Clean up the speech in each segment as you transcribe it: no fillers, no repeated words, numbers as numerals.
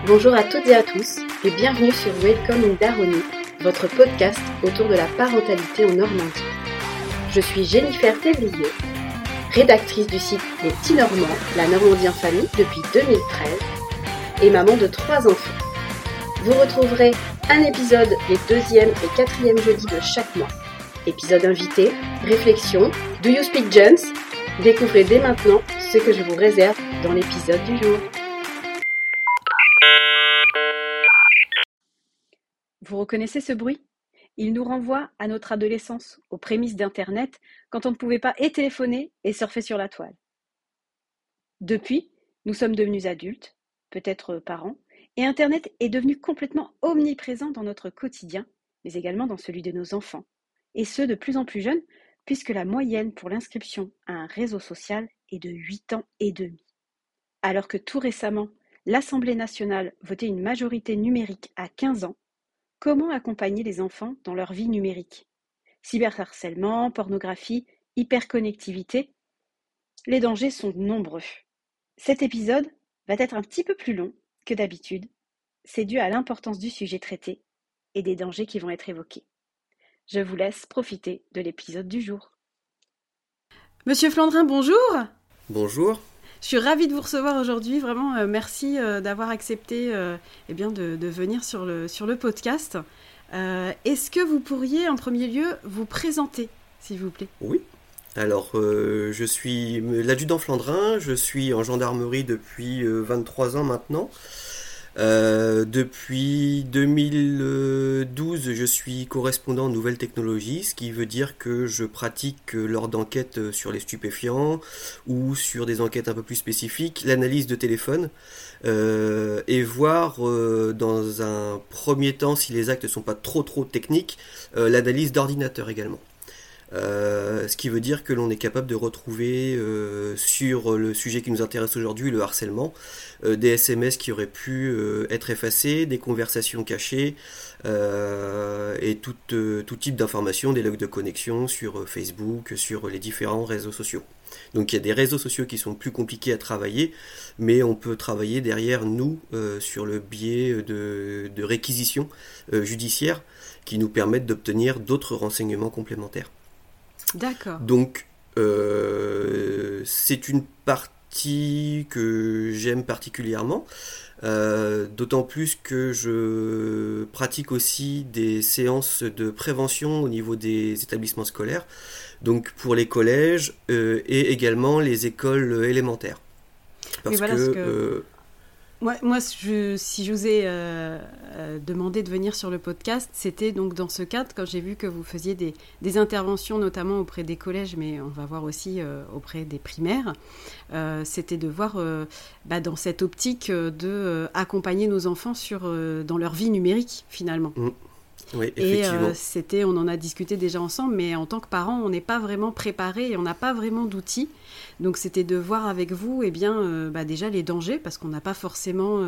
Bonjour à toutes et à tous et bienvenue sur Welcome in Daronie, votre podcast autour de la parentalité en Normandie. Je suis Jennifer Février, rédactrice du site Les Petits Normands, la Normandie en famille depuis 2013 et maman de 3 enfants. Vous retrouverez un épisode les 2e et 4e jeudis de chaque mois. Épisode invité, réflexion, Do You Speak Gens? Découvrez dès maintenant ce que je vous réserve dans l'épisode du jour. Vous reconnaissez ce bruit? Il nous renvoie à notre adolescence, aux prémices d'Internet, quand on ne pouvait pas et téléphoner et surfer sur la toile. Depuis, nous sommes devenus adultes, peut-être parents, et Internet est devenu complètement omniprésent dans notre quotidien, mais également dans celui de nos enfants, et ce de plus en plus jeunes, puisque la moyenne pour l'inscription à un réseau social est de 8 ans et demi. Alors que tout récemment, l'Assemblée nationale votait une majorité numérique à 15 ans, comment accompagner les enfants dans leur vie numérique? Cyberharcèlement, pornographie, hyperconnectivité, les dangers sont nombreux. Cet épisode va être un petit peu plus long que d'habitude. C'est dû à l'importance du sujet traité et des dangers qui vont être évoqués. Je vous laisse profiter de l'épisode du jour. Monsieur Flandrin, bonjour. Bonjour. Je suis ravie de vous recevoir aujourd'hui. Vraiment, merci d'avoir accepté de venir sur le podcast. Est-ce que vous pourriez, en premier lieu, vous présenter, s'il vous plaît? Oui. Alors, je suis l'adjudant Flandrin. Je suis en gendarmerie depuis 23 ans maintenant. Depuis 2012, je suis correspondant nouvelles technologies, ce qui veut dire que je pratique lors d'enquêtes sur les stupéfiants ou sur des enquêtes un peu plus spécifiques, l'analyse de téléphone et voir dans un premier temps, si les actes ne sont pas trop techniques, l'analyse d'ordinateur également. Ce qui veut dire que l'on est capable de retrouver sur le sujet qui nous intéresse aujourd'hui, le harcèlement, des SMS qui auraient pu être effacés, des conversations cachées et tout type d'informations, des logs de connexion sur Facebook, sur les différents réseaux sociaux. Donc il y a des réseaux sociaux qui sont plus compliqués à travailler, mais on peut travailler derrière nous sur le biais de réquisitions judiciaires qui nous permettent d'obtenir d'autres renseignements complémentaires. D'accord. Donc, c'est une partie que j'aime particulièrement, d'autant plus que je pratique aussi des séances de prévention au niveau des établissements scolaires, donc pour les collèges et également les écoles élémentaires. Parce que... Moi, si je vous ai demandé de venir sur le podcast, c'était donc dans ce cadre, quand j'ai vu que vous faisiez des interventions, notamment auprès des collèges, mais on va voir aussi auprès des primaires, c'était de voir dans cette optique de accompagner nos enfants dans leur vie numérique, finalement. Oui, effectivement. Et on en a discuté déjà ensemble, mais en tant que parents, on n'est pas vraiment préparés et on n'a pas vraiment d'outils. Donc c'était de voir avec vous déjà les dangers, parce qu'on n'a pas forcément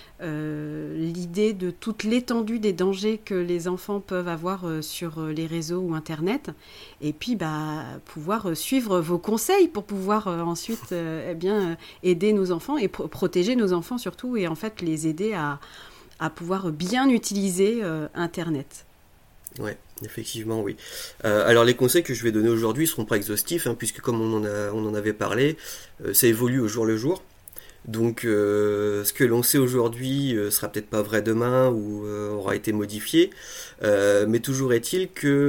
l'idée de toute l'étendue des dangers que les enfants peuvent avoir sur les réseaux ou Internet. Et puis pouvoir suivre vos conseils pour pouvoir ensuite aider nos enfants et protéger nos enfants surtout, et en fait les aider à pouvoir bien utiliser Internet. Ouais, effectivement, oui. Alors les conseils que je vais donner aujourd'hui ne seront pas exhaustifs, puisque comme on en avait parlé, ça évolue au jour le jour. Donc ce que l'on sait aujourd'hui sera peut-être pas vrai demain ou aura été modifié, mais toujours est-il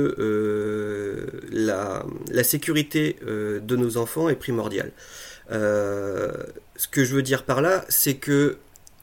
que la sécurité de nos enfants est primordiale. Ce que je veux dire par là, c'est que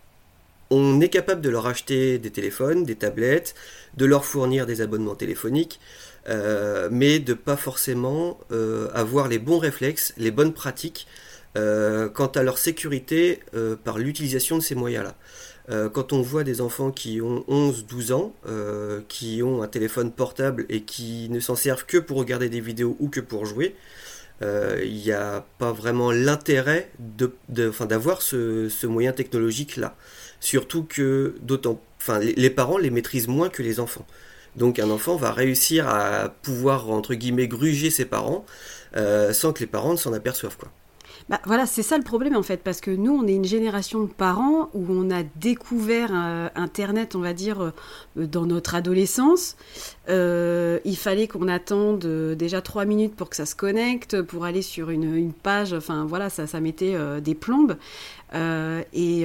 on est capable de leur acheter des téléphones, des tablettes, de leur fournir des abonnements téléphoniques, mais de pas forcément avoir les bons réflexes, les bonnes pratiques quant à leur sécurité par l'utilisation de ces moyens-là. Quand on voit des enfants qui ont 11-12 ans, qui ont un téléphone portable et qui ne s'en servent que pour regarder des vidéos ou que pour jouer, il n'y a pas vraiment l'intérêt d'avoir ce moyen technologique-là. Surtout que les parents les maîtrisent moins que les enfants. Donc un enfant va réussir à pouvoir, entre guillemets, gruger ses parents sans que les parents ne s'en aperçoivent, quoi. Bah, voilà, c'est ça le problème en fait, parce que nous, on est une génération de parents où on a découvert Internet, on va dire, dans notre adolescence. Il fallait qu'on attende déjà 3 minutes pour que ça se connecte, pour aller sur une page. Enfin voilà, ça mettait des plombes. Et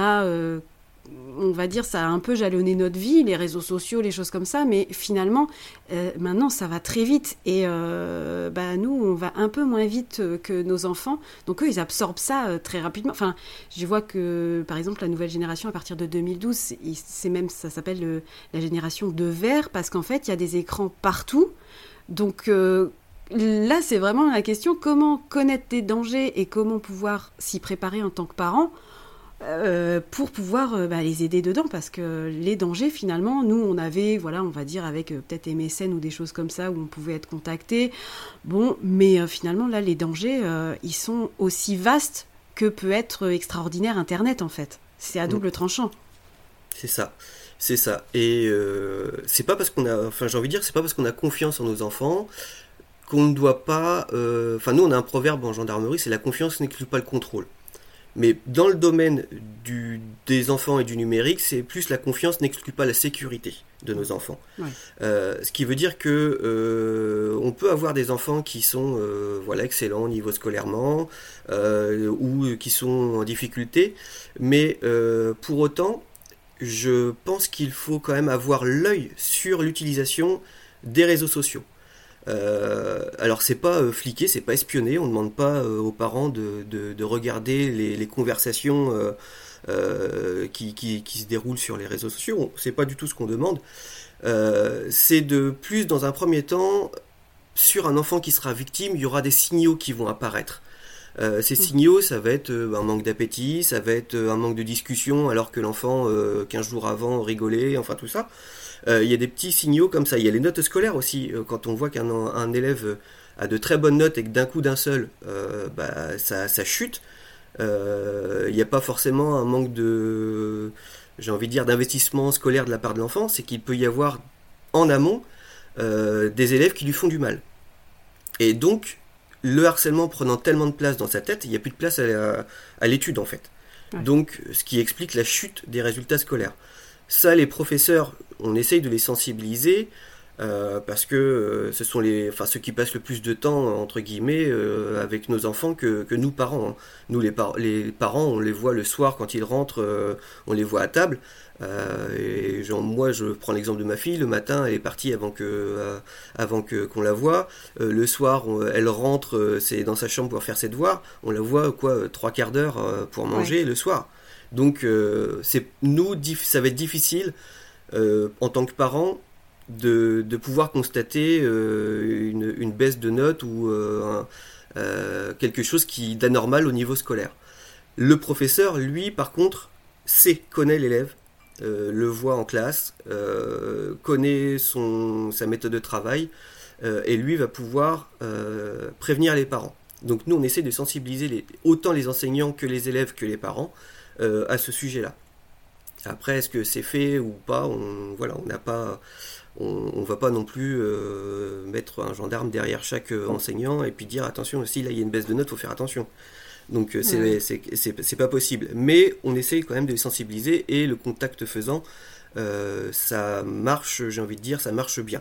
on va dire, ça a un peu jalonné notre vie, les réseaux sociaux, les choses comme ça, mais finalement, maintenant, ça va très vite. Et nous, on va un peu moins vite que nos enfants. Donc, eux, ils absorbent ça très rapidement. Enfin, je vois que, par exemple, la nouvelle génération, à partir de 2012, ça s'appelle la génération de verre, parce qu'en fait, il y a des écrans partout. Donc, là, c'est vraiment la question, comment connaître des dangers et comment pouvoir s'y préparer en tant que parent pour pouvoir les aider dedans, parce que les dangers, finalement, nous on avait, voilà, on va dire avec peut-être MSN ou des choses comme ça où on pouvait être contacté, bon, mais finalement là les dangers ils sont aussi vastes que peut être extraordinaire Internet en fait, c'est à double tranchant. C'est ça. C'est ça. Et c'est pas parce qu'on a, enfin j'ai envie de dire, c'est pas parce qu'on a confiance en nos enfants qu'on ne doit pas. Enfin, nous on a un proverbe en gendarmerie, c'est la confiance n'exclut pas le contrôle. Mais dans le domaine des enfants et du numérique, c'est plus la confiance n'exclut pas la sécurité de nos enfants. Ouais. Ce qui veut dire que on peut avoir des enfants qui sont voilà, excellents au niveau scolairement ou qui sont en difficulté, mais pour autant, je pense qu'il faut quand même avoir l'œil sur l'utilisation des réseaux sociaux. Alors c'est pas fliqué, c'est pas espionné, on ne demande pas aux parents de regarder les conversations qui se déroulent sur les réseaux sociaux, c'est pas du tout ce qu'on demande. C'est de plus dans un premier temps, sur un enfant qui sera victime, il y aura des signaux qui vont apparaître. Ces signaux, ça va être un manque d'appétit, ça va être un manque de discussion alors que l'enfant, 15 jours avant, rigolait, enfin tout ça. Il y a des petits signaux comme ça. Il y a les notes scolaires aussi. Quand on voit qu'un élève a de très bonnes notes et que d'un coup d'un seul, ça chute, il n'y a pas forcément un manque de, j'ai envie de dire, d'investissement scolaire de la part de l'enfant. C'est qu'il peut y avoir en amont des élèves qui lui font du mal. Et donc, le harcèlement prenant tellement de place dans sa tête, il n'y a plus de place à l'étude en fait. Ouais. Donc, ce qui explique la chute des résultats scolaires. Ça, les professeurs, on essaye de les sensibiliser parce que ce sont ceux qui passent le plus de temps, entre guillemets, avec nos enfants que nous, parents. Hein. Nous, les parents, on les voit le soir quand ils rentrent, on les voit à table. Et genre, moi, je prends l'exemple de ma fille. Le matin, elle est partie avant qu'on la voie. Le soir, elle rentre, c'est dans sa chambre pour faire ses devoirs. On la voit, 3/4 d'heure pour manger le soir. Donc, ça va être difficile en tant que parent de pouvoir constater une baisse de notes ou quelque chose d'anormal au niveau scolaire. Le professeur, lui, par contre, connaît l'élève, le voit en classe, connaît sa méthode de travail et lui va pouvoir prévenir les parents. Donc nous, on essaie de sensibiliser autant les enseignants que les élèves que les parents à ce sujet-là. Après, est-ce que c'est fait ou pas, on va pas non plus mettre un gendarme derrière chaque enseignant et puis dire attention, si là il y a une baisse de notes, faut faire attention. Donc c'est pas possible. Mais on essaye quand même de les sensibiliser et le contact faisant, ça marche, j'ai envie de dire, ça marche bien.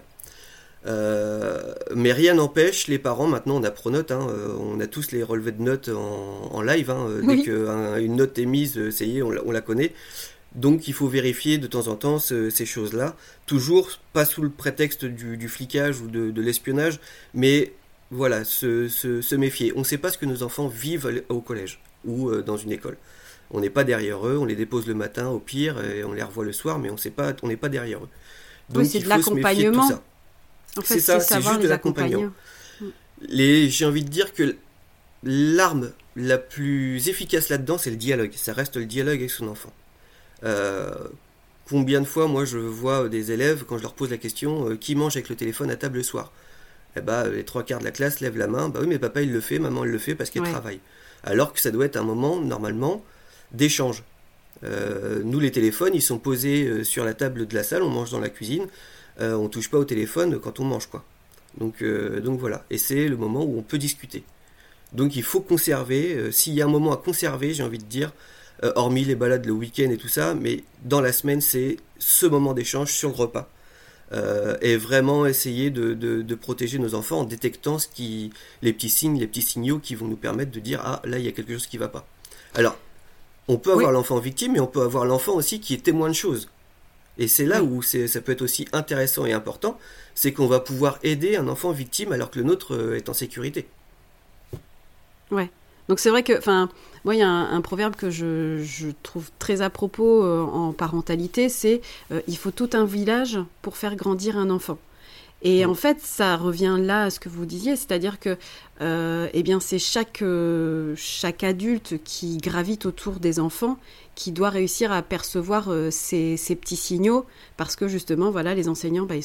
Mais rien n'empêche les parents, maintenant on a Pronote, on a tous les relevés de notes en live, dès qu'une note est mise, ça y est, on la connaît. Donc il faut vérifier de temps en temps ces choses-là, toujours pas sous le prétexte du flicage ou de l'espionnage, mais voilà, se méfier. On ne sait pas ce que nos enfants vivent au collège ou dans une école. On n'est pas derrière eux, on les dépose le matin au pire et on les revoit le soir, mais on n'est pas derrière eux. Donc oui, c'est de l'accompagnement. Se méfier de tout ça. En fait, c'est juste de l'accompagnement. J'ai envie de dire que l'arme la plus efficace là-dedans, c'est le dialogue. Ça reste le dialogue avec son enfant. Combien de fois, moi, je vois des élèves, quand je leur pose la question, qui mange avec le téléphone à table le soir ? Les 3/4 de la classe lèvent la main. Bah oui, mais papa, il le fait, maman, elle le fait parce qu'elle travaille. Alors que ça doit être un moment, normalement, d'échange. Nous, les téléphones, ils sont posés sur la table de la salle, on mange dans la cuisine. On touche pas au téléphone quand on mange, quoi. Donc voilà. Et c'est le moment où on peut discuter. Donc il faut conserver, s'il y a un moment à conserver, j'ai envie de dire, hormis les balades le week-end et tout ça, mais dans la semaine, c'est ce moment d'échange sur le repas. Et vraiment essayer de protéger nos enfants en détectant les petits signes, les petits signaux qui vont nous permettre de dire ah là il y a quelque chose qui va pas. Alors on peut Oui, avoir l'enfant victime, mais on peut avoir l'enfant aussi qui est témoin de choses. Et c'est là oui. où ça peut être aussi intéressant et important, c'est qu'on va pouvoir aider un enfant victime alors que le nôtre est en sécurité. Ouais. Donc c'est vrai que, enfin, moi il y a un proverbe que je trouve très à propos en parentalité, c'est il faut tout un village pour faire grandir un enfant. Et Mm. en fait, ça revient là à ce que vous disiez, c'est-à-dire que eh bien, c'est chaque adulte qui gravite autour des enfants qui doit réussir à percevoir ces petits signaux, parce que justement, voilà, les enseignants, bah,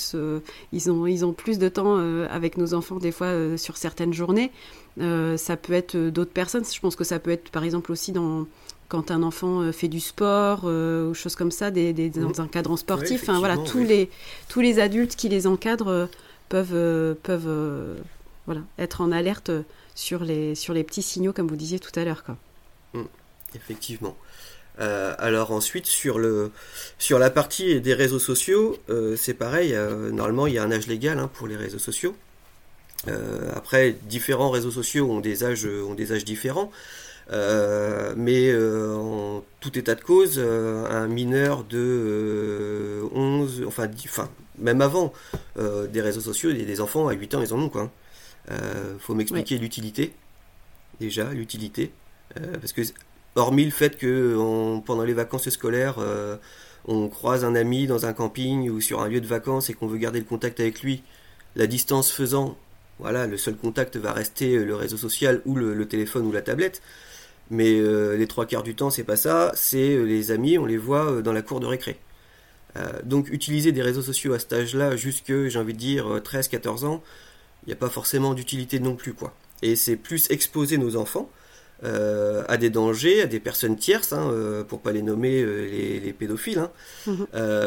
ils ont plus de temps avec nos enfants des fois sur certaines journées. Ça peut être d'autres personnes. Je pense que ça peut être, par exemple, aussi quand un enfant fait du sport ou choses comme ça, Mm. dans un cadre Ouais, sportif. Enfin, voilà, effectivement, oui. tous les adultes qui les encadrent peuvent voilà, être en alerte sur les petits signaux, comme vous disiez tout à l'heure, quoi. Mm. Effectivement. Alors ensuite sur la partie des réseaux sociaux, c'est pareil. Normalement, il y a un âge légal hein, pour les réseaux sociaux. Après, différents réseaux sociaux ont des âges différents. Mais en tout état de cause, un mineur de 11, enfin, même avant des réseaux sociaux, des enfants à 8 ans, ils en ont quoi. Faut Ouais, m'expliquer l'utilité, déjà, l'utilité. Parce que, hormis le fait que pendant les vacances scolaires, on croise un ami dans un camping ou sur un lieu de vacances et qu'on veut garder le contact avec lui, la distance faisant, voilà, le seul contact va rester le réseau social ou le téléphone ou la tablette. Mais les trois quarts du temps, c'est pas ça. C'est les amis, on les voit dans la cour de récré. Donc utiliser des réseaux sociaux à cet âge-là, jusque, j'ai envie de dire, 13-14 ans, il n'y a pas forcément d'utilité non plus, quoi. Et c'est plus exposer nos enfants à des dangers, à des personnes tierces, hein, pour pas les nommer les pédophiles, hein, mhm,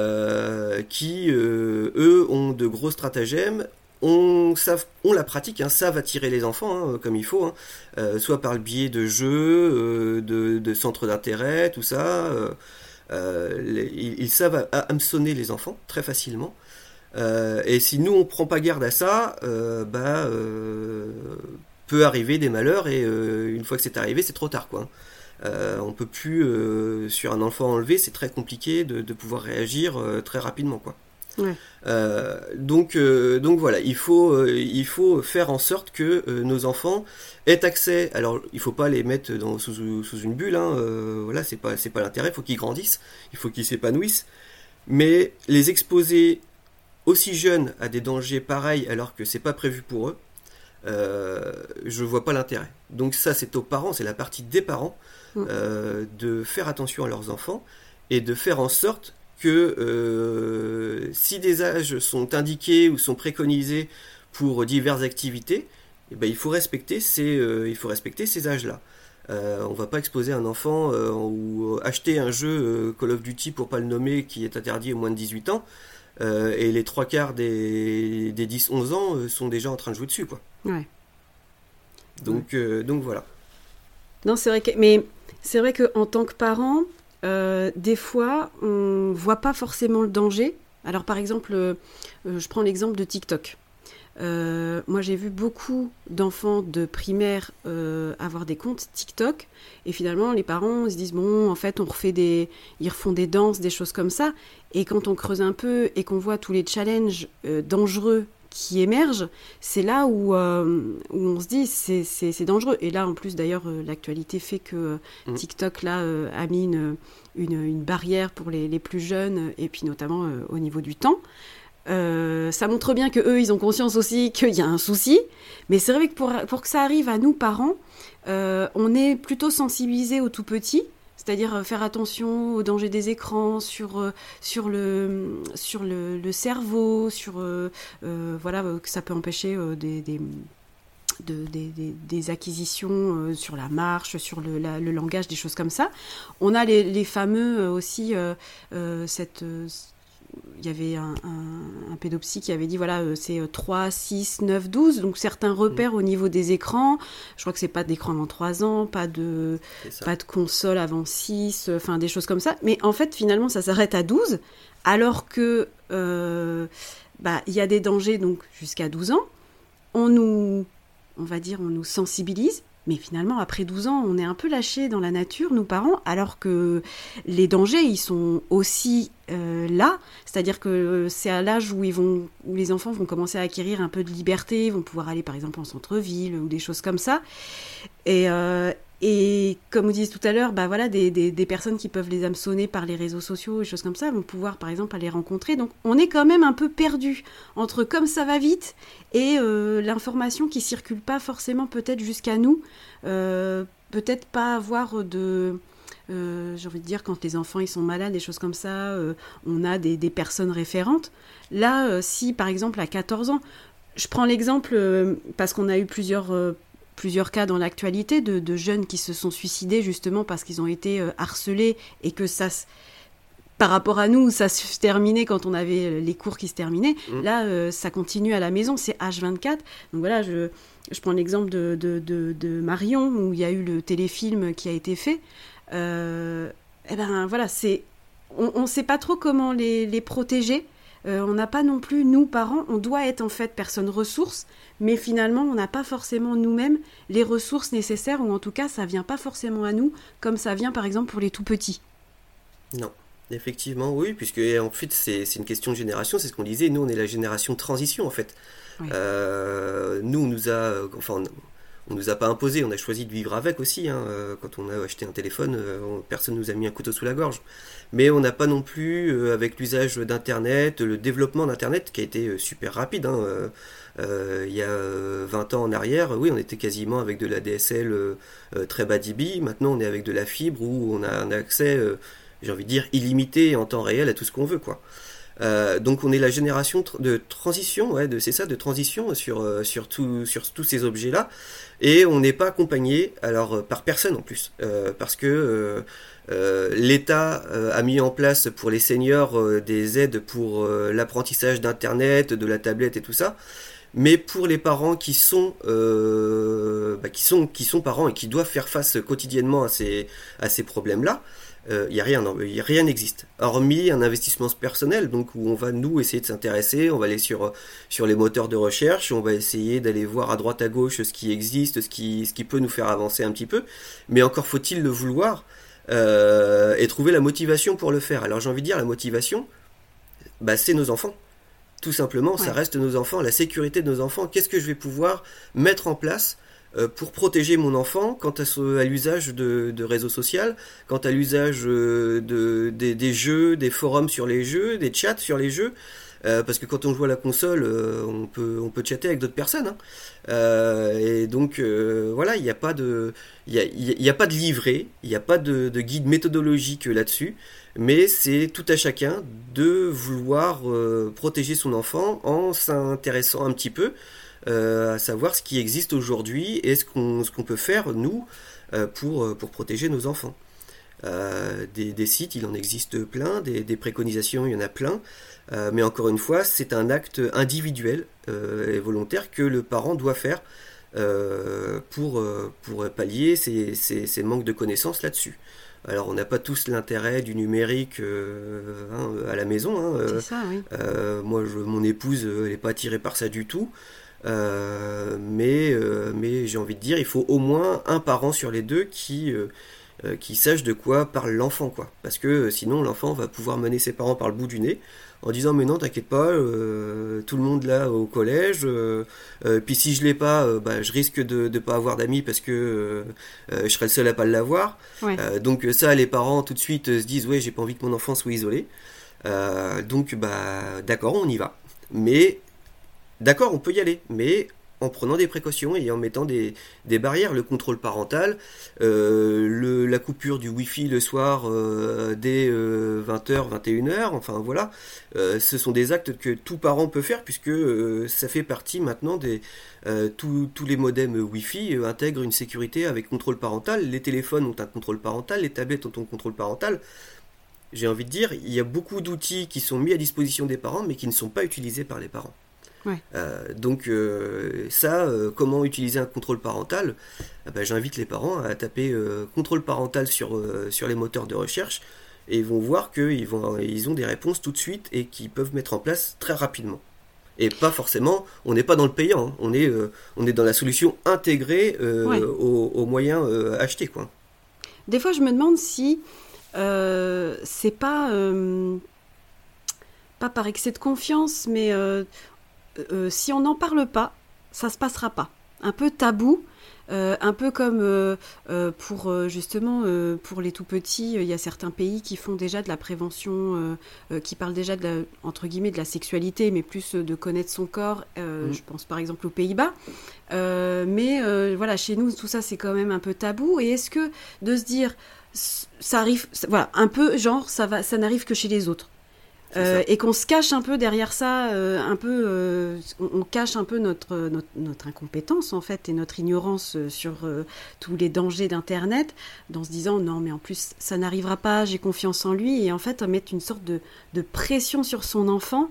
qui, eux, ont de gros stratagèmes, on la pratique, hein, savent attirer les enfants hein, comme il faut, hein, soit par le biais de jeux, de centres d'intérêt, tout ça. Ils savent hameçonner les enfants très facilement. Et si nous on prend pas garde à ça, peut arriver des malheurs et une fois que c'est arrivé, c'est trop tard quoi. On peut plus sur un enfant enlevé, c'est très compliqué de pouvoir réagir très rapidement quoi. ouais, Donc voilà, il faut faire en sorte que nos enfants aient accès. Alors il faut pas les mettre sous une bulle, hein, voilà, c'est pas l'intérêt. Il faut qu'ils grandissent, il faut qu'ils s'épanouissent, mais les exposer aussi jeunes à des dangers pareils alors que c'est pas prévu pour eux, je vois pas l'intérêt. Donc ça c'est aux parents, c'est la partie des parents mm, de faire attention à leurs enfants et de faire en sorte que si des âges sont indiqués ou sont préconisés pour diverses activités, eh ben, il faut respecter ces âges-là. On va pas exposer un enfant ou acheter un jeu Call of Duty pour pas le nommer qui est interdit aux moins de 18 ans et les trois quarts des 10-11 ans sont déjà en train de jouer dessus quoi. ouais, ouais. Donc voilà. Non, mais c'est vrai qu'en tant que parent, des fois, on voit pas forcément le danger. Alors, par exemple, je prends l'exemple de TikTok. Moi, j'ai vu beaucoup d'enfants de primaire avoir des comptes TikTok, et finalement, les parents se disent bon, en fait, ils refont des danses, des choses comme ça. Et quand on creuse un peu et qu'on voit tous les challenges dangereux qui émergent, c'est là où on se dit c'est dangereux. Et là, en plus, d'ailleurs, l'actualité fait que Mm. TikTok là a mis une barrière pour les plus jeunes, et puis notamment au niveau du temps. Ça montre bien que eux, ils ont conscience aussi qu'il y a un souci. Mais c'est vrai que pour que ça arrive à nous, parents, on est plutôt sensibilisés aux tout petits, c'est-à-dire faire attention aux dangers des écrans, sur le cerveau, voilà, que ça peut empêcher des acquisitions sur la marche, sur le langage, des choses comme ça. On a les fameux aussi, il y avait un pédopsie qui avait dit, voilà, c'est 3, 6, 9, 12, donc certains repères au niveau des écrans. Je crois que c'est pas d'écran avant 3 ans, pas de console avant 6, enfin des choses comme ça. Mais en fait, finalement, ça s'arrête à 12, alors que il y a des dangers donc jusqu'à 12 ans. On nous sensibilise. Mais finalement, après 12 ans, on est un peu lâchés dans la nature, nous parents, alors que les dangers, ils sont aussi là. C'est-à-dire que c'est à l'âge où les enfants vont commencer à acquérir un peu de liberté, vont pouvoir aller par exemple en centre-ville ou des choses comme ça. Et comme vous disiez tout à l'heure, des personnes qui peuvent les hameçonner par les réseaux sociaux et choses comme ça vont pouvoir par exemple aller rencontrer. Donc on est quand même un peu perdu entre comme ça va vite et l'information qui circule pas forcément peut-être jusqu'à nous. Peut-être pas avoir j'ai envie de dire, quand les enfants ils sont malades, des choses comme ça, on a des personnes référentes. Là, si par exemple à 14 ans, je prends l'exemple parce qu'on a eu plusieurs cas dans l'actualité de jeunes qui se sont suicidés justement parce qu'ils ont été harcelés et que ça, par rapport à nous, ça se terminait quand on avait les cours qui se terminaient. Là, ça continue à la maison, c'est H24. Donc voilà, je prends l'exemple de Marion, où il y a eu le téléfilm qui a été fait. Voilà, on ne sait pas trop comment les protéger. On n'a pas non plus, nous, parents, on doit être en fait personnes ressources, mais finalement, on n'a pas forcément nous-mêmes les ressources nécessaires, ou en tout cas, ça ne vient pas forcément à nous, comme ça vient par exemple pour les tout-petits. Non, effectivement, oui, puisque en fait, c'est une question de génération, c'est ce qu'on disait, nous, on est la génération de transition, en fait. Oui. Nous, on nous a pas imposé, on a choisi de vivre avec aussi. Quand on a acheté un téléphone, personne nous a mis un couteau sous la gorge. Mais on n'a pas non plus, avec l'usage d'Internet, le développement d'Internet qui a été super rapide. Il y a 20 ans en arrière, oui, on était quasiment avec de la DSL très bas débit. Maintenant, on est avec de la fibre où on a un accès, j'ai envie de dire, illimité en temps réel à tout ce qu'on veut, quoi. Donc on est la génération de transition, de transition sur tous ces objets-là, et on n'est pas accompagné par personne en plus, parce que l'État a mis en place pour les seniors des aides pour l'apprentissage d'Internet, de la tablette et tout ça. Mais pour les parents qui sont parents et qui doivent faire face quotidiennement à ces problèmes-là, rien n'existe, hormis un investissement personnel, donc où on va nous essayer de s'intéresser, on va aller sur les moteurs de recherche, on va essayer d'aller voir à droite à gauche ce qui existe, ce qui peut nous faire avancer un petit peu, mais encore faut-il le vouloir et trouver la motivation pour le faire. Alors j'ai envie de dire, la motivation, c'est nos enfants. Tout simplement, ça reste nos enfants, la sécurité de nos enfants. Qu'est-ce que je vais pouvoir mettre en place pour protéger mon enfant quant à l'usage de réseaux sociaux, quant à l'usage des jeux, des forums sur les jeux, des chats sur les jeux, parce que quand on joue à la console, on peut chatter avec d'autres personnes. Et donc voilà, il n'y a pas de livret, il n'y a pas de guide méthodologique là-dessus. Mais c'est tout à chacun de vouloir protéger son enfant en s'intéressant un petit peu à savoir ce qui existe aujourd'hui et ce qu'on peut faire, nous, pour protéger nos enfants. Des sites, il en existe plein, des préconisations, il y en a plein, mais encore une fois, c'est un acte individuel et volontaire que le parent doit faire pour pallier ces manques de connaissances là-dessus. Alors, on n'a pas tous l'intérêt du numérique à la maison. C'est ça, oui. Moi, mon épouse, elle n'est pas attirée par ça du tout. Mais j'ai envie de dire, il faut au moins un parent sur les deux qui sache de quoi parle l'enfant, quoi. Parce que sinon, l'enfant va pouvoir mener ses parents par le bout du nez en disant mais non, t'inquiète pas, tout le monde là au collège, puis si je l'ai pas, je risque de pas avoir d'amis parce que je serai le seul à pas l'avoir. Ouais. Donc ça, les parents tout de suite se disent ouais, j'ai pas envie que mon enfant soit isolé. Donc d'accord, on y va. Mais d'accord, on peut y aller, mais en prenant des précautions et en mettant des barrières, le contrôle parental, la coupure du Wi-Fi le soir dès 20h, 21h, enfin voilà, ce sont des actes que tout parent peut faire puisque ça fait partie maintenant tous les modems Wi-Fi intègrent une sécurité avec contrôle parental, les téléphones ont un contrôle parental, les tablettes ont un contrôle parental. j'ai envie de dire, il y a beaucoup d'outils qui sont mis à disposition des parents, mais qui ne sont pas utilisés par les parents. Ouais. Donc comment utiliser un contrôle parental? J'invite les parents à taper contrôle parental sur les moteurs de recherche, et ils vont voir qu'ils ont des réponses tout de suite et qu'ils peuvent mettre en place très rapidement. Et pas forcément, on n'est pas dans le payant, hein. On est dans la solution intégrée aux moyens achetés, quoi. Des fois, je me demande si c'est pas par excès de confiance, mais si on n'en parle pas, ça se passera pas. Un peu tabou, un peu comme pour justement pour les tout petits, il y a certains pays qui font déjà de la prévention, qui parlent déjà entre guillemets de la sexualité, mais plus de connaître son corps. Je pense par exemple aux Pays-Bas. Mais voilà, chez nous, tout ça, c'est quand même un peu tabou. Et est-ce que de se dire, ça arrive, voilà, un peu genre, ça n'arrive que chez les autres. Et qu'on se cache un peu derrière ça, on cache un peu notre incompétence en fait et notre ignorance sur tous les dangers d'Internet, dans se disant non mais en plus ça n'arrivera pas, j'ai confiance en lui, et en fait mettre une sorte de pression sur son enfant.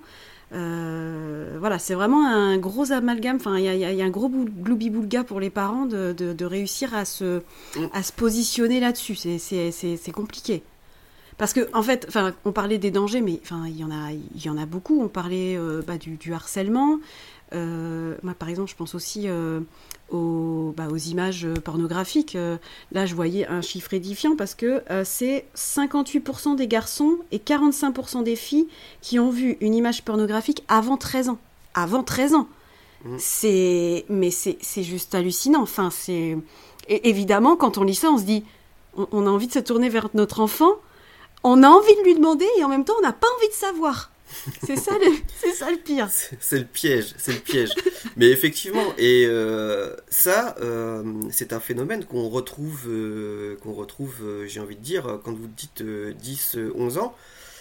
Voilà, c'est vraiment un gros amalgame. Enfin, il y a un gros gloubi-boulga pour les parents de réussir à se positionner là-dessus. C'est compliqué. Parce que en fait, on parlait des dangers, mais il y en a beaucoup. On parlait du harcèlement. Moi, par exemple, je pense aussi aux images pornographiques. Là, je voyais un chiffre édifiant parce que c'est 58% des garçons et 45% des filles qui ont vu une image pornographique avant 13 ans. Avant 13 ans. C'est juste hallucinant. Et évidemment, quand on lit ça, on se dit, on a envie de se tourner vers notre enfant. On a envie de lui demander et en même temps, on n'a pas envie de savoir. C'est ça le pire. C'est le piège. Mais effectivement, et c'est un phénomène qu'on retrouve, j'ai envie de dire, quand vous dites 10, 11 ans,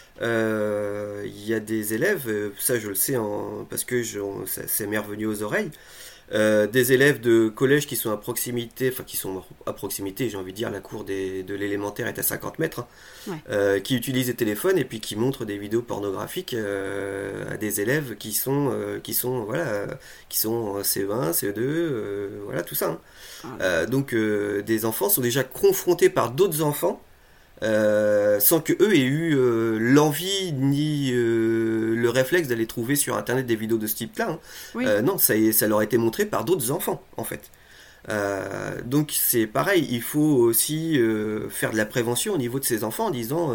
il y a des élèves, ça je le sais parce que ça m'est revenu aux oreilles, des élèves de collège qui sont à proximité, j'ai envie de dire, la cour de l'élémentaire est à 50 mètres, qui utilisent des téléphones et puis qui montrent des vidéos pornographiques à des élèves qui sont en CE1, CE2, voilà tout ça. Donc des enfants sont déjà confrontés par d'autres enfants sans que eux aient eu l'envie ni le réflexe d'aller trouver sur internet des vidéos de ce type-là. Non, ça leur a été montré par d'autres enfants en fait. Donc c'est pareil, il faut aussi faire de la prévention au niveau de ces enfants en disant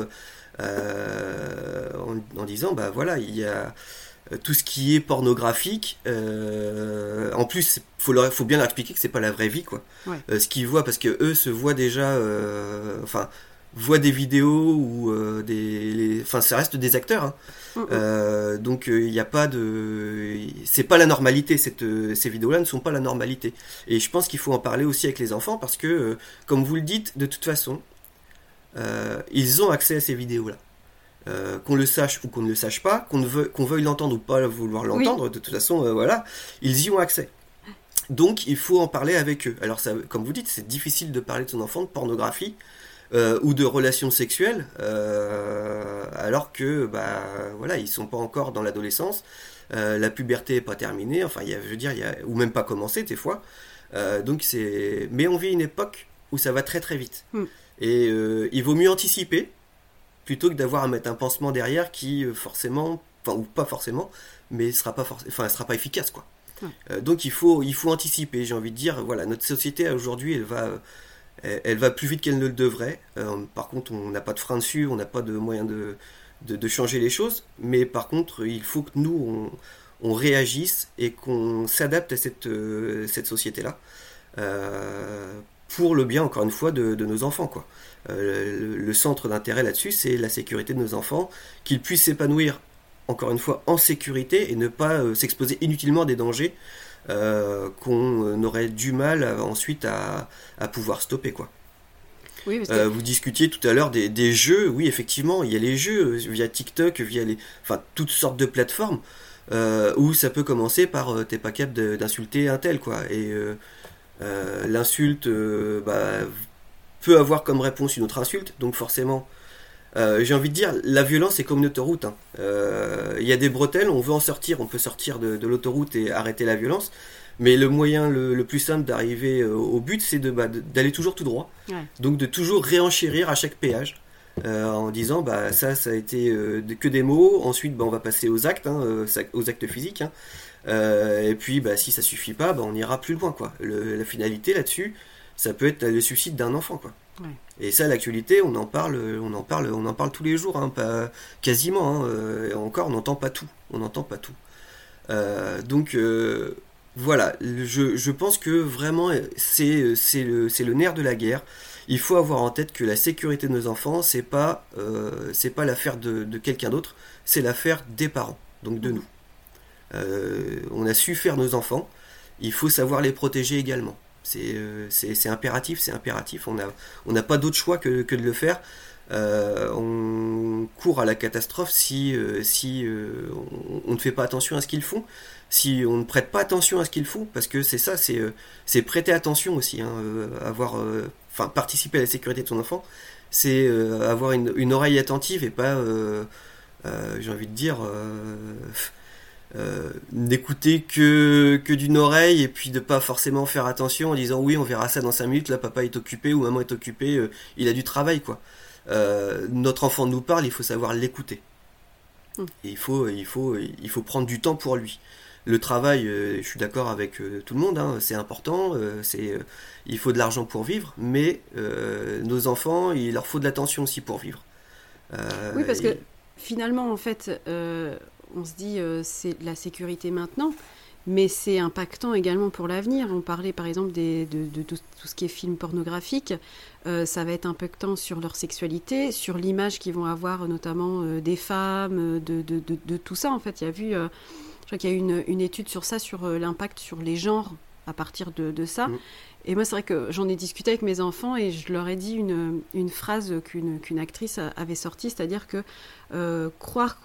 voilà, il y a tout ce qui est pornographique. En plus, faut bien leur expliquer que c'est pas la vraie vie, quoi. Ce qu'ils voient, parce que eux se voient déjà, voient des vidéos ou ça reste des acteurs, hein. Donc il n'y a pas c'est pas la normalité, ces vidéos-là ne sont pas la normalité, et je pense qu'il faut en parler aussi avec les enfants parce que comme vous le dites, de toute façon ils ont accès à ces vidéos-là, qu'on le sache ou qu'on ne le sache pas, qu'on veuille l'entendre ou pas vouloir l'entendre, de toute façon voilà, ils y ont accès. Donc il faut en parler avec eux. Alors ça, comme vous dites, c'est difficile de parler de son enfant de pornographie ou de relations sexuelles, alors que voilà, ils sont pas encore dans l'adolescence, la puberté est pas terminée, ou même pas commencée des fois. Mais on vit une époque où ça va très très vite. Et il vaut mieux anticiper plutôt que d'avoir à mettre un pansement derrière qui forcément, ou pas forcément, mais sera pas efficace, quoi. Donc il faut anticiper, j'ai envie de dire. Voilà, notre société aujourd'hui, elle va plus vite qu'elle ne le devrait. Par contre, on n'a pas de frein dessus, on n'a pas de moyen de changer les choses. Mais par contre, il faut que nous, on réagisse et qu'on s'adapte à cette société-là. Pour le bien, encore une fois, de nos enfants, quoi. Le centre d'intérêt là-dessus, c'est la sécurité de nos enfants, qu'ils puissent s'épanouir, encore une fois, en sécurité et ne pas s'exposer inutilement à des dangers qu'on aurait du mal ensuite à pouvoir stopper, quoi. Oui, vous discutiez tout à l'heure des jeux. Oui, effectivement, il y a les jeux via TikTok, via toutes sortes de plateformes où ça peut commencer par t'es pas capable d'insulter un tel, quoi. Et l'insulte peut avoir comme réponse une autre insulte, donc forcément J'ai envie de dire, la violence est comme une autoroute. Hein. Y a des bretelles, on veut en sortir, on peut sortir de l'autoroute et arrêter la violence. Mais le moyen le plus simple d'arriver au but, c'est d'aller toujours tout droit. Ouais. Donc de toujours réenchérir à chaque péage. En disant, ça a été que des mots. Ensuite, on va passer aux actes, aux actes physiques. Hein. Et puis, si ça suffit pas, on ira plus loin, quoi. La finalité là-dessus, ça peut être le suicide d'un enfant, quoi. Ouais. Et ça, l'actualité, on en parle tous les jours, hein, pas quasiment. Hein, encore, on n'entend pas tout. Donc voilà, je pense que vraiment, c'est le nerf de la guerre. Il faut avoir en tête que la sécurité de nos enfants, c'est pas l'affaire de quelqu'un d'autre, c'est l'affaire des parents, donc de nous. On a su faire nos enfants, il faut savoir les protéger également. C'est impératif. On n'a pas d'autre choix que de le faire. On court à la catastrophe si on ne fait pas attention à ce qu'ils font, si on ne prête pas attention à ce qu'ils font, parce que c'est ça, c'est prêter attention aussi, hein, participer à la sécurité de son enfant, c'est avoir une oreille attentive et pas, j'ai envie de dire, n'écouter que d'une oreille et puis de pas forcément faire attention en disant oui, on verra ça dans 5 minutes, là papa est occupé ou maman est occupée, il a du travail, quoi. Notre enfant nous parle, il faut savoir l'écouter. Et il faut prendre du temps pour lui. Le travail, je suis d'accord avec tout le monde, hein, c'est important, il faut de l'argent pour vivre, mais nos enfants, il leur faut de l'attention aussi pour vivre. Oui, parce que finalement, en fait, on se dit c'est la sécurité maintenant, mais c'est impactant également pour l'avenir. On parlait par exemple de tout ce qui est film pornographique, ça va être impactant sur leur sexualité, sur l'image qu'ils vont avoir notamment des femmes, de tout ça. En fait, je crois qu'il y a eu une étude sur ça, sur l'impact sur les genres à partir de ça. Et moi, c'est vrai que j'en ai discuté avec mes enfants et je leur ai dit une phrase qu'une actrice avait sortie, c'est-à-dire que croire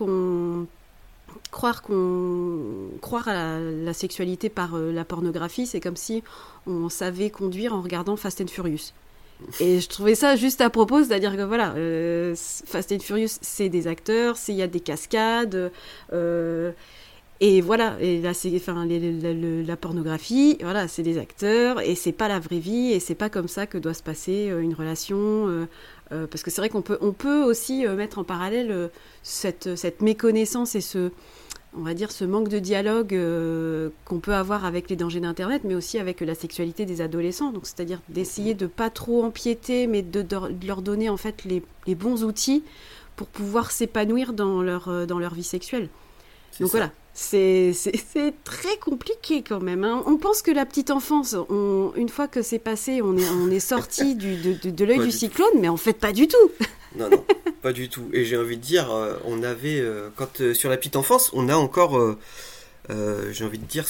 à la sexualité par la pornographie, c'est comme si on savait conduire en regardant Fast and Furious. Et je trouvais ça juste à propos, c'est-à-dire que voilà, Fast and Furious, c'est des acteurs, il y a des cascades, et voilà, et là la pornographie, voilà, c'est des acteurs, et c'est pas la vraie vie, et c'est pas comme ça que doit se passer une relation. Parce que c'est vrai qu'on peut aussi mettre en parallèle cette méconnaissance et on va dire ce manque de dialogue qu'on peut avoir avec les dangers d'Internet, mais aussi avec la sexualité des adolescents. Donc, c'est-à-dire d'essayer de pas trop empiéter, mais de leur donner en fait les bons outils pour pouvoir s'épanouir dans leur vie sexuelle. Donc voilà, c'est très compliqué quand même. Hein. On pense que la petite enfance, une fois que c'est passé, on est sorti de l'œil du cyclone, mais en fait pas du tout. Non, pas du tout. Et j'ai envie de dire, on avait, sur la petite enfance, on a encore, j'ai envie de dire,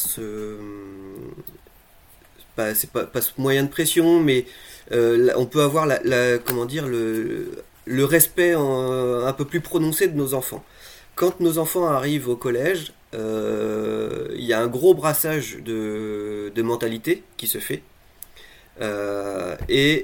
c'est pas ce moyen de pression, mais on peut avoir comment dire, le respect un peu plus prononcé de nos enfants. Quand nos enfants arrivent au collège, il y a un gros brassage de mentalité qui se fait. La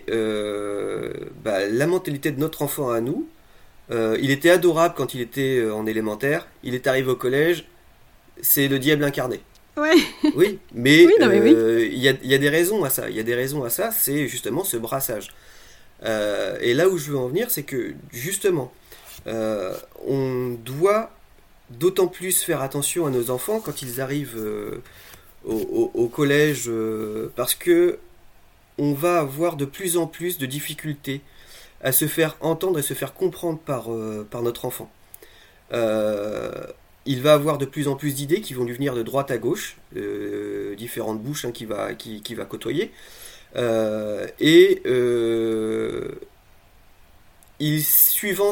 mentalité de notre enfant à nous, il était adorable quand il était en élémentaire, il est arrivé au collège, c'est le diable incarné. Ouais. Oui, mais oui, il y a des raisons à ça. Il y a des raisons à ça, c'est justement ce brassage. Et là où je veux en venir, c'est que justement, on doit d'autant plus faire attention à nos enfants quand ils arrivent au collège, parce que on va avoir de plus en plus de difficultés à se faire entendre et se faire comprendre par notre enfant. Il va avoir de plus en plus d'idées qui vont lui venir de droite à gauche, différentes bouches qu'il va côtoyer. Suivant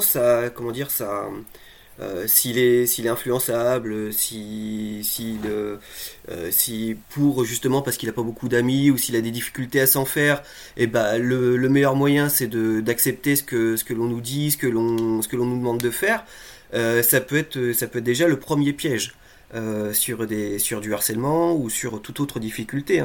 s'il est influençable, si pour justement parce qu'il a pas beaucoup d'amis ou s'il a des difficultés à s'en faire, et le meilleur moyen c'est d'accepter ce que l'on nous dit, ce que l'on nous demande de faire. Ça peut être déjà le premier piège sur du harcèlement ou sur toute autre difficulté.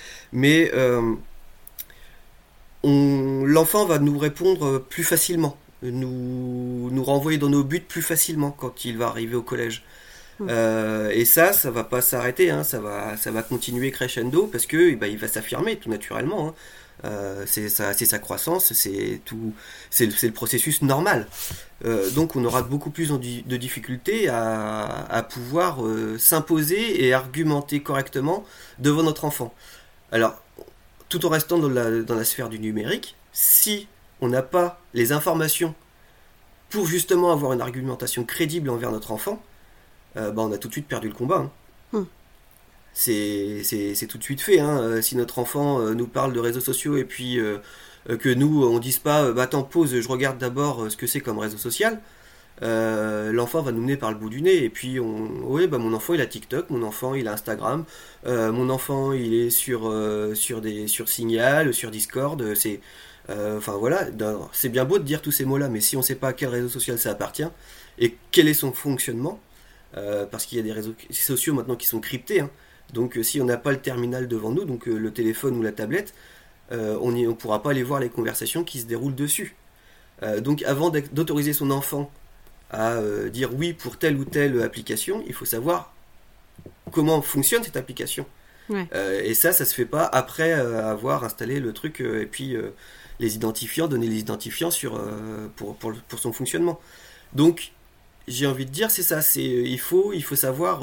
Mais l'enfant va nous répondre plus facilement nous renvoyer dans nos buts plus facilement quand il va arriver au collège. Et ça va pas s'arrêter, hein, ça va continuer crescendo parce que il va s'affirmer tout naturellement. Hein. C'est sa croissance, c'est le processus normal. Donc on aura beaucoup plus de difficultés à pouvoir s'imposer et argumenter correctement devant notre enfant. Alors, tout en restant dans la sphère du numérique, si on n'a pas les informations pour justement avoir une argumentation crédible envers notre enfant, on a tout de suite perdu le combat. Hein. C'est tout de suite fait. Hein. Si notre enfant nous parle de réseaux sociaux et puis que nous, on dise pas attends, pause, je regarde d'abord ce que c'est comme réseau social, l'enfant va nous mener par le bout du nez. Et puis, mon enfant il a TikTok, mon enfant il a Instagram, mon enfant il est sur Signal, sur Discord. Voilà, c'est bien beau de dire tous ces mots-là, mais si on ne sait pas à quel réseau social ça appartient et quel est son fonctionnement, parce qu'il y a des réseaux sociaux maintenant qui sont cryptés, hein. Donc si on n'a pas le terminal devant nous, donc le téléphone ou la tablette, on ne pourra pas aller voir les conversations qui se déroulent dessus. Donc avant d'autoriser son enfant à dire oui pour telle ou telle application, il faut savoir comment fonctionne cette application. Ouais. Et ça se fait pas après avoir installé le truc et puis donner les identifiants pour son fonctionnement. Donc j'ai envie de dire, c'est ça, il faut savoir